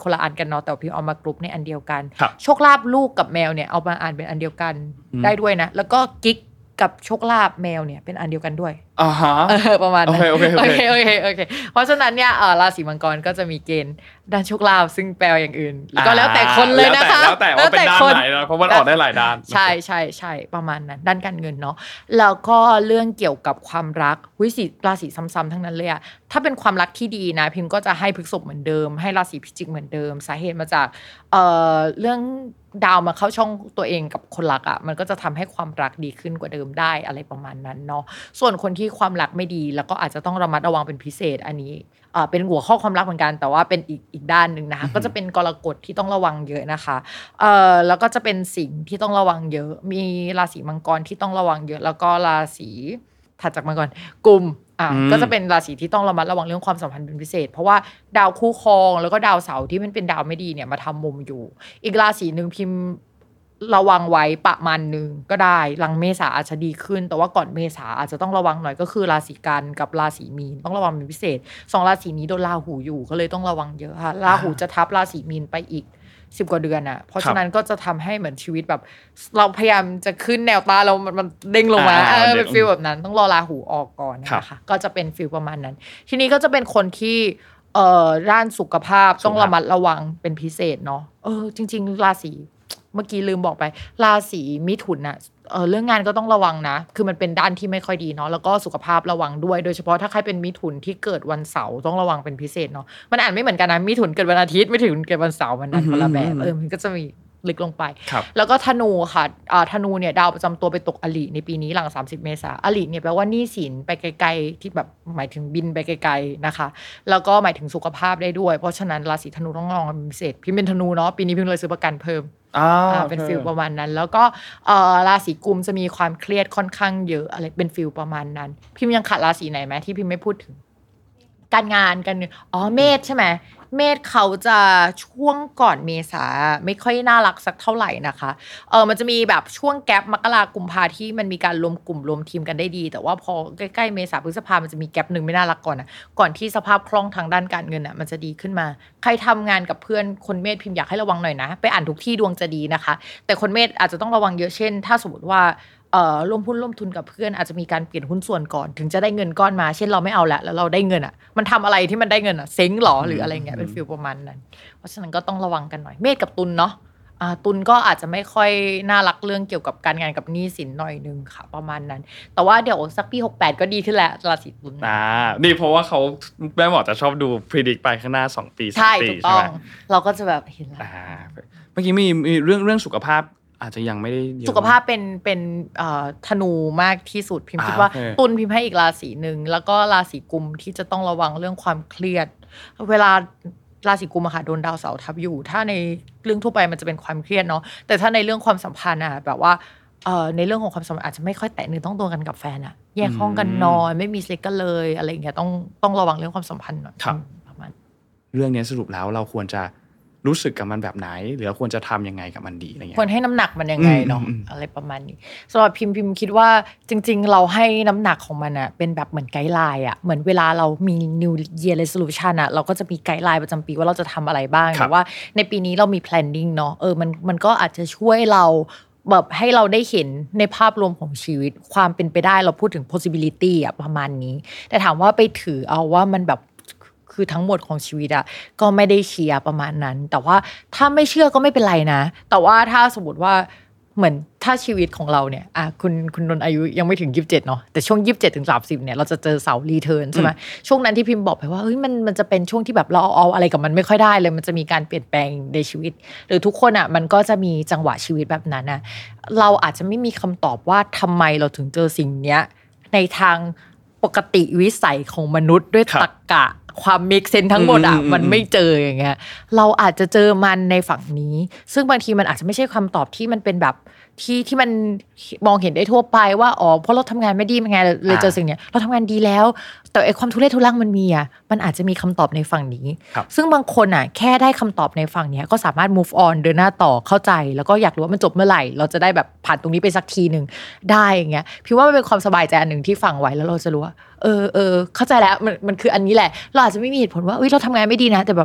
กันเนาะแต่พิมเอามากรุ๊ปในอันเดียวกันครับโชคลาภลูกกับแมวเนี่ยเอามาอ่านเป็นอันเดียวกันได้ด้วยนะแล้วก็กิ๊กกับโชคลาภแมวเนี่ยเป็นอันเดียวกันด้วยอ่าฮะเออประมาณนั้นโอเคโอเคโอเคโอเคโอเคเพราะฉะนั้นเนี่ยเอ่อราศีมังกรก็จะมีเกณฑ์ด้านโชคลาภซึ่งแปลอย่างอื่นก็แล้วแต่คนเลยนะคะแล้วแต่ว่าเป็นด้านไหนนะเพราะมันออกได้หลายด้านใช่ใช่ใช่ประมาณนั้นด้านการเงินเนาะแล้วก็เรื่องเกี่ยวกับความรักวิสิราศีซ้ำๆทั้งนั้นเลยอะถ้าเป็นความรักที่ดีนะพิมก็จะให้พฤษภเหมือนเดิมให้ราศีพิจิกเหมือนเดิมสาเหตุมาจากเอ่อเรื่องดาวมาเข้าช่องตัวเองกับคนรักอ่ะมันก็จะทำให้ความรักดีขึ้นกว่าเดิมได้อะไรประมาณนั้นเนาะส่วนคนที่ความรักไม่ดีแล้วก็อาจจะต้องระมัดระวังเป็นพิเศษอันนี้อ่าเป็นหัวข้อความรักเหมือนกันแต่ว่าเป็นอีกอีกด้านนึงนะคะก็จะเป็นกรกฎที่ต้องระวังเยอะนะคะเอ่อแล้วก็จะเป็นสิงห์ที่ต้องระวังเยอะมีราศีมังกรที่ต้องระวังเยอะแล้วก็ราศีถัดจากมังกรกุมอ่ะก็จะเป็นราศีที่ต้องระมัดระวังเรื่องความสัมพันธ์เป็นพิเศษเพราะว่าดาวคู่ครองแล้วก็ดาวเสาร์ที่มันเป็นดาวไม่ดีเนี่ยมาทำมุมอยู่อีกราศีนึงพิมพ์ระวังไว้ประมาณนึงก็ได้หลังเมษาอาจจะดีขึ้นแต่ว่าก่อนเมษาอาจจะต้องระวังหน่อยก็คือราศีกันกับราศีมีนต้องระวังเป็นพิเศษสองราศีนี้โดนราหูอยู่ก็เลยต้องระวังเยอะค่ะราหูจะทับราศีมีนไปอีกสิบกว่าเดือนอ่ะเพราะฉะนั้นก็จะทำให้เหมือนชีวิตแบบเราพยายามจะขึ้นแนวตาเรามันมันเด้งลงมาเออเป็นฟีลแบบนั้นต้องรอราหูออกก่อนนะคะก็จะเป็นฟีลประมาณนั้นทีนี้ก็จะเป็นคนที่เอ่อด้านสุขภาพต้องระมัดระวังเป็นพิเศษเนาะเออจริงๆราศีเมื่อกี้ลืมบอกไปราศีมิถุนน่ะเออเรื่องงานก็ต้องระวังนะคือมันเป็นด้านที่ไม่ค่อยดีเนาะแล้วก็สุขภาพระวังด้วยโดยเฉพาะถ้าใครเป็นมิถุนที่เกิดวันเสาร์ต้องระวังเป็นพิเศษเนาะมันอ่านไม่เหมือนกันนะมิถุนเกิดวันอาทิตย์มิถุนเกิดวันเสาร์มันอ่านคนละแบบเออมันก็จะมีลึกลงไปแล้วก็ธนูค่ะอ่าธนูเนี่ยดาวประจำตัวไปตกอลิในปีนี้หลังสามสิบเมษายนอลิเนี่ยแปลว่าหนี้สินไปไกลๆที่แบบหมายถึงบินไปไกลๆนะคะแล้วก็หมายถึงสุขภาพได้ด้วยเพราะฉะนั้นราศีธนูต้องระวังเป็นพิเศษพิมเป็นธนูเนาะปีนี้พิมเลยซื้อประกันเพิ่มอ่าเป็นฟิลประมาณนั้นแล้วก็เอ่อราศีกุมจะมีความเครียดค่อนข้างเยอะอะไรเป็นฟิลประมาณนั้นพิมยังขาดราศีไหนไหมที่พิมไม่พูดถึงการงานกันอ๋อเมษใช่ไหมเมษเขาจะช่วงก่อนเมษาไม่ค่อยน่ารักสักเท่าไหร่นะคะเออมันจะมีแบบช่วงแก๊ปมกรากุมภาที่มันมีการรวมกลุ่มรวมทีมกันได้ดีแต่ว่าพอใกล้ๆเมษาพฤษภามันจะมีแก๊ปนึงไม่น่ารักก่อนนะก่อนที่สภาพคล่องทางด้านการเงินอ่ะมันจะดีขึ้นมาใครทำงานกับเพื่อนคนเมษพิมพ์อยากให้ระวังหน่อยนะไปอ่านทุกที่ดวงจะดีนะคะแต่คนเมษอาจจะต้องระวังเยอะเช่นถ้าสมมติว่าเอ่อร่วมหุ้นร่วมทุนกับเพื่อนอาจจะมีการเปลี่ยนหุ้นส่วนก่อนถึงจะได้เงินก้อนมาเช่นเราไม่เอาละแล้วเราได้เงินอ่ะมันทำอะไรที่มันได้เงินอ่ะเซ้งหรอหรืออะไรเงี้ยเป็นฟีลประมาณนั้นเพราะฉะนั้นก็ต้องระวังกันหน่อยเมษกับตุลเนาะอ่าตุลก็อาจจะไม่ค่อยน่ารักเรื่องเกี่ยวกับการงานกับหนี้สินหน่อยนึงค่ะประมาณนั้นแต่ว่าเดี๋ยวสักปีหกสิบแปดก็ดีขึ้นแล้วราศีตุลอ่านี่เพราะว่าเขาแม่หมอจะชอบดู predict ไปข้างหน้าสองปีสามปีใช่มั้ยเราก็จะแบบเห็นแล้วอ่าเมื่อกี้มีมีเรื่องเรื่องสุขภาพอาจจะยังไม่ได้สุขภาพเป็นเป็นเอ่อธนูมากที่สุดพิมพ์คิดว่าตุลพิมพ์ให้อีกราศีนึงแล้วก็ราศีกุมที่จะต้องระวังเรื่องความเครียดเวลาราศีกุมอะค่ะโดนดาวเสาร์ทับอยู่ถ้าในเรื่องทั่วไปมันจะเป็นความเครียดเนาะแต่ถ้าในเรื่องความสัมพันธ์อะแบบว่าเอ่อในเรื่องของความสัมพันธ์อาจจะไม่ค่อยแตะเนื้อต้องตัวกันกับแฟนอะแยกห้องกันนอนไม่มีเซ็กกันเลยอะไรอย่างเงี้ยต้องต้องระวังเรื่องความสัมพันธ์หน่อยประมาณเรื่องนี้สรุปแล้วเราควรจะรู้สึกกับมันแบบไหนหรือควรจะทำยังไงกับมันดีอะไรเงี้ยควรให้น้ำหนักมันยังไงเนาะอะไรประมาณนี้สำหรับพิมพิมคิดว่าจริงๆเราให้น้ำหนักของมันอะเป็นแบบเหมือนไกด์ไลน์อะเหมือนเวลาเรามี New Year Resolution อะเราก็จะมีไกด์ไลน์ประจำปีว่าเราจะทำอะไรบ้างแต่ว่าในปีนี้เรามี planning เนาะเออมันมันก็อาจจะช่วยเราแบบให้เราได้เห็นในภาพรวมของชีวิตความเป็นไปได้เราพูดถึง possibility อะประมาณนี้แต่ถามว่าไปถือเอาว่ามันแบบคือทั้งหมดของชีวิตอะก็ไม่ได้เชียร์ประมาณนั้นแต่ว่าถ้าไม่เชื่อก็ไม่เป็นไรนะแต่ว่าถ้าสมมติว่าเหมือนถ้าชีวิตของเราเนี่ยอ่ะคุณคุณนนท์อายุยังไม่ถึงยี่สิบเจ็ดเนาะแต่ช่วงยี่สิบเจ็ดถึงสามสิบเนี่ยเราจะเจอเสารีเทิร์นใช่ไหมช่วงนั้นที่พิมพ์บอกไปว่าเฮ้ยมันมันจะเป็นช่วงที่แบบเราเอาอะไรกับมันไม่ค่อยได้เลยมันจะมีการเปลี่ยนแปลงในชีวิตหรือทุกคนอะมันก็จะมีจังหวะชีวิตแบบนั้นนะเราอาจจะไม่มีคำตอบว่าทำไมเราถึงเจอสิ่งเนี้ยในทางปกติวิสัยของมนุษย์ด้วยตรรกะความเมคเซนส์ทั้งหมดอ่ะมันไม่เจออย่างเงี้ยเราอาจจะเจอมันในฝั่งนี้ซึ่งบางทีมันอาจจะไม่ใช่คำตอบที่มันเป็นแบบที่ที่มันมองเห็นได้ทั่วไปว่าอ๋อเพราะเราทำงานไม่ดีมันไงเลยเจอสิ่งเนี้ยเราทำงานดีแล้วแต่ไอ้ความทุเรศทุรังมันมีอ่ะมันอาจจะมีคำตอบในฝั่งนี้ซึ่งบางคนอ่ะแค่ได้คำตอบในฝั่งเนี้ยก็สามารถ move on เดินหน้าต่อเข้าใจแล้วก็อยากรู้ว่ามันจบเมื่อไหร่เราจะได้แบบผ่านตรงนี้ไปสักทีนึงได้อย่างเงี้ยพี่ว่ามันเป็นความสบายใจอันนึงที่ฟังไว้แล้วเราจะรู้ว่าเออเออเข้าใจแล้วมันมันคืออันนี้แหละเราอาจจะไม่มีเหตุผลว่าเอ้ยเราทำงานไม่ดีนะแต่แบบอ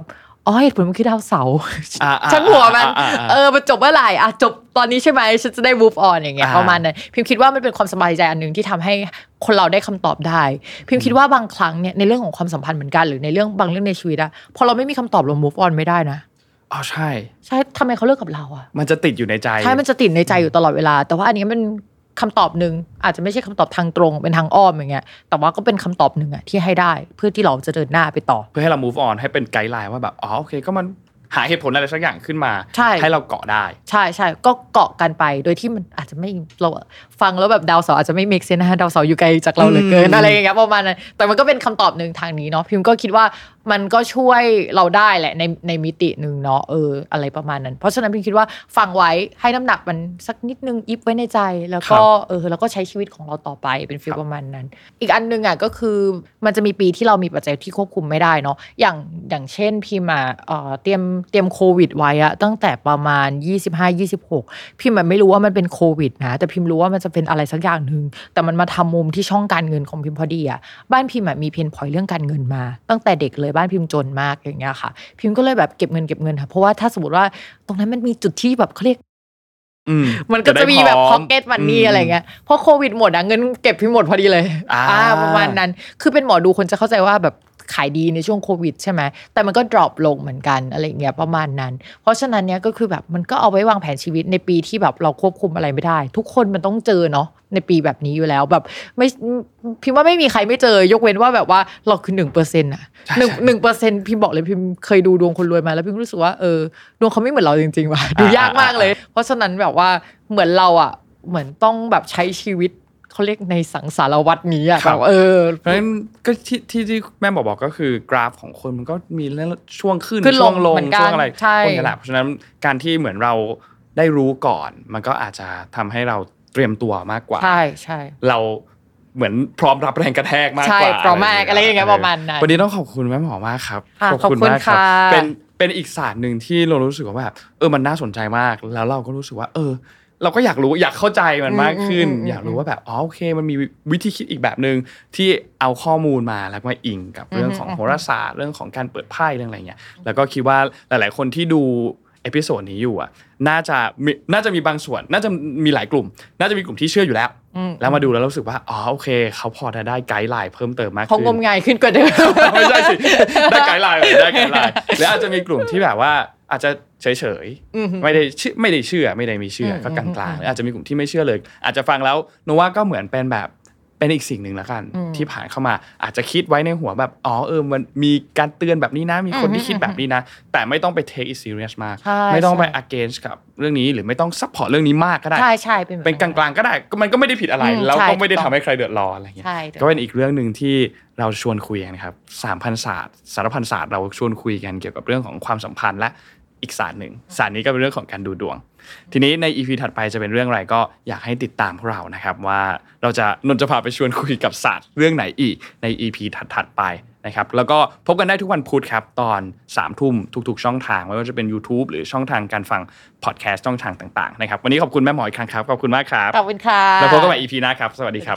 อ๋อเหตุผลมันคือดาวเสาร์ช่างหัวมันเออมันจบเมื่อไหร่อ่ะจบตอนนี้ใช่ไหมฉันจะได้ move on อย่างเงี้ยประมาณนั้นพิมคิดว่ามันเป็นความสบายใจอันนึงที่ทำให้คนเราได้คำตอบได้พิมคิดว่าบางครั้งเนี่ยในเรื่องของความสัมพันธ์เหมือนกันหรือในเรื่องบางเรื่องในชีวิตอะพอเราไม่มีคำตอบเรา move on ไม่ได้นะอ๋อใช่ใช่ทำไมเขาเลิกกับเราอะมันจะติดอยู่ในใจใช่มันจะติดในใจอยู่ตลอดเวลาแต่ว่าอันนี้มันคำตอบหนึ่งอาจจะไม่ใช่คำตอบทางตรงเป็นทางอ้อมอย่างเงี้ยแต่ว่าก็เป็นคำตอบหนึ่งอะที่ให้ได้เพื่อที่เราจะเดินหน้าไปต่อเพื่อให้เรา move on ให้เป็นไกด์ไลน์ว่าแบบอ๋อโอเคก็มันหาเหตุผลอะไรสักอย่างขึ้นมาใ, ให้เราเกาะได้ใช่ใช่ก็เกาะกันไปโดยที่มันอาจจะไม่เราฟังแล้วแบบดาวเสาร์อาจจะไม่ make sense นะดาวเสาร์อยู่ไกลจากเราเหลือเกินอะไรอย่างเงี้ยประมาณนั้นแต่มันก็เป็นคำตอบหนึ่งทางนี้เนาะพิมก็คิดว่ามันก็ช่วยเราได้แหละในในมิตินึงเนาะเอออะไรประมาณนั้นเพราะฉะนั้นพิมคิดว่าฟังไว้ให้น้ำหนักมันสักนิดนึงอิฟไว้ในใจแล้วก็เออแล้วก็ใช้ชีวิตของเราต่อไปเป็นฟีลประมาณนั้นอีกอันนึงอ่ะก็คือมันจะมีปีที่เรามีปัจจัยที่ควบคุมไม่ได้เนาะอย่างอย่างเช่นพิมอ่ะเอ่อเตรียมเตรียมโควิดไว้อะตั้งแต่ประมาณยี่สิบห้า ยี่สิบหกพิมมันไม่รู้ว่ามันเป็นโควิดนะแต่พิมรู้ว่ามันจะเป็นอะไรสักอย่างนึงแต่มันมาทำมุมที่ช่องการเงินของพิมพอดีอ่ะบ้านพิมมีเพนพอยต์เรื่องการเงินมาตั้งแต่เด็กเลยบ้านพิมจนมากอย่างเงี้ยค่ะพิมก็เลยแบบเก็บเงินเก็บเงินค่ะเพราะว่าถ้าสมมติว่าตรงนั้นมันมีจุดที่แบบเขาเรียกมันก็จะมีแบบพ็อกเก็ตมันนี่อะไรเงี้ยพอโควิดหมดอ่ะเงินเก็บพิมหมดพอดีเลยอ่าประมาณนั้นคือเป็นหมอดูคนจะเข้าใจว่าแบบขายดีในช่วงโควิดใช่ไหมแต่มันก็ดรอปลงเหมือนกันอะไรเงี้ยประมาณนั้นเพราะฉะนั้นเนี้ยก็คือแบบมันก็เอาไว้วางแผนชีวิตในปีที่แบบเราควบคุมอะไรไม่ได้ทุกคนมันต้องเจอเนาะในปีแบบนี้อยู่แล้วแบบไม่พิมว่าไม่มีใครไม่เจอยกเว้นว่าแบบว่าเราคือ หนึ่งเปอร์เซ็นต์ น่ะ หนึ่ง หนึ่งเปอร์เซ็นต์ พิมบอกเลยพิมเคยดูดวงคนรวยมาแล้วพิมรู้สึกว่าเออดวงเขาไม่เหมือนเราจริงๆว่ะดูยากมากเลยเพราะฉะนั้นแบบว่าเหมือนเราอ่ะเหมือนต้องแบบใช้ชีวิตเขาเรียกในสังสารวัฏนี้อ่ะแบบเออเพราะฉะนั้นก็ที่ที่ที่แม่บอกบอกก็คือกราฟของคนมันก็มีเรื่องช่วงขึ้นช่วงลงช่วงอะไรพวกนี้แหละเพราะฉะนั้นการที่เหมือนเราได้รู้ก่อนมันก็อาจจะทำให้เราเตรียมตัวมากกว่าใช่ใช่เราเหมือนพร้อมรับแรงกระแทกมากกว่าใช่พร้อมมากอะไรอย่างเงี้ยประมาณนั้นวันนี้ต้องขอบคุณแม่หมอมากครับขอบคุณมากครับเป็นเป็นอีกศาสตร์นึงที่เรารู้สึกว่าแบบเออมันน่าสนใจมากแล้วเราก็รู้สึกว่าเออเราก็อยากรู้อยากเข้าใจมันมากขึ้นอยากรู้ว่าแบบอ๋อโอเคมันมีวิธีคิดอีกแบบนึงที่เอาข้อมูลมาแล้วมาอิงกับเรื่องของโหราศาสตร์เรื่องของการเปิดไพ่เรื่องอะไรเงี้ยแล้วก็คิดว่าหลายๆคนที่ดูเอพิโซดนี้อยู่อ่ะน่าจะน่าจะมีบางส่วนน่าจะมีหลายกลุ่มน่าจะมีกลุ่มที่เชื่ออยู่แล้วแล้วมาดูแล้วรู้สึกว่าอ๋อโอเคเขาพอจะได้ไกด์ไลน์เพิ่มเติมมากขึ้นเขางมงายขึ้นกว่าเดิมไม่ใช่สิได้ไกด์ไลน์ได้ไกด์ไลน์แล้วอาจจะมีกลุ่มที่แบบว่าอาจจะเฉยๆไม่ได้ไม่ได้เชื่อไม่ได้มีเชื่อก็กลางๆอาจจะมีกลุ่มที่ไม่เชื่อเลยอาจจะฟังแล้วโนว่าก็เหมือนเป็นแบบเป็นอีกสิ่งหนึ่งแล้วกันที่ผ่านเข้ามาอาจจะคิดไว้ในหัวแบบอ๋อเออมันมีการเตือนแบบนี้นะมีคนที่คิดแบบนี้นะแต่ไม่ต้องไป take it serious มากไม่ต้องไป against กับเรื่องนี้หรือไม่ต้อง support เรื่องนี้มากก็ได้ใช่ใช่เป็นกลางๆก็ได้มันก็ไม่ได้ผิดอะไรแล้วก็ไม่ได้ทำให้ใครเดือดร้อนอะไรเงี้ยก็เป็นอีกเรื่องนึงที่เราชวนคุยกันครับสามพันศาสตร์สารพันศาสตร์เราชวนคุยกันเกี่ยวกับเรื่องของความสัมพันธ์และอีกศาสตร์หนึ่งศาสตร์นี้ก็เป็นเรื่องของการดูดวงทีนี้ใน อี พี ถัดไปจะเป็นเรื่องอะไรก็อยากให้ติดตามพวกเรานะครับว่าเราจะนนจะพาไปชวนคุยกับศาสตร์เรื่องไหนอีกใน อี พี ถัดๆไปนะครับแล้วก็พบกันได้ทุกวันพุธครับตอนสามทุ่มทุกๆช่องทางไม่ว่าจะเป็น YouTube หรือช่องทางการฟังพอดแคสต์ช่องทางต่างๆนะครับวันนี้ขอบคุณแม่หมออีกครั้งครับขอบคุณมากครับขอบคุณค่ะแล้วพบกันใหม่ อี พี หน้าครับสวัสดีครับ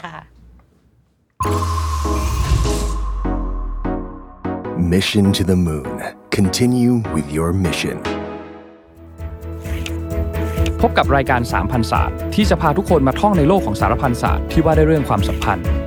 Mission to the Moon Continue with your mission พบกับรายการสามพันศาสตร์ที่จะพาทุกคนมาท่องในโลกของสารพันศาสตร์ที่ว่าด้วยเรื่องความสัมพันธ์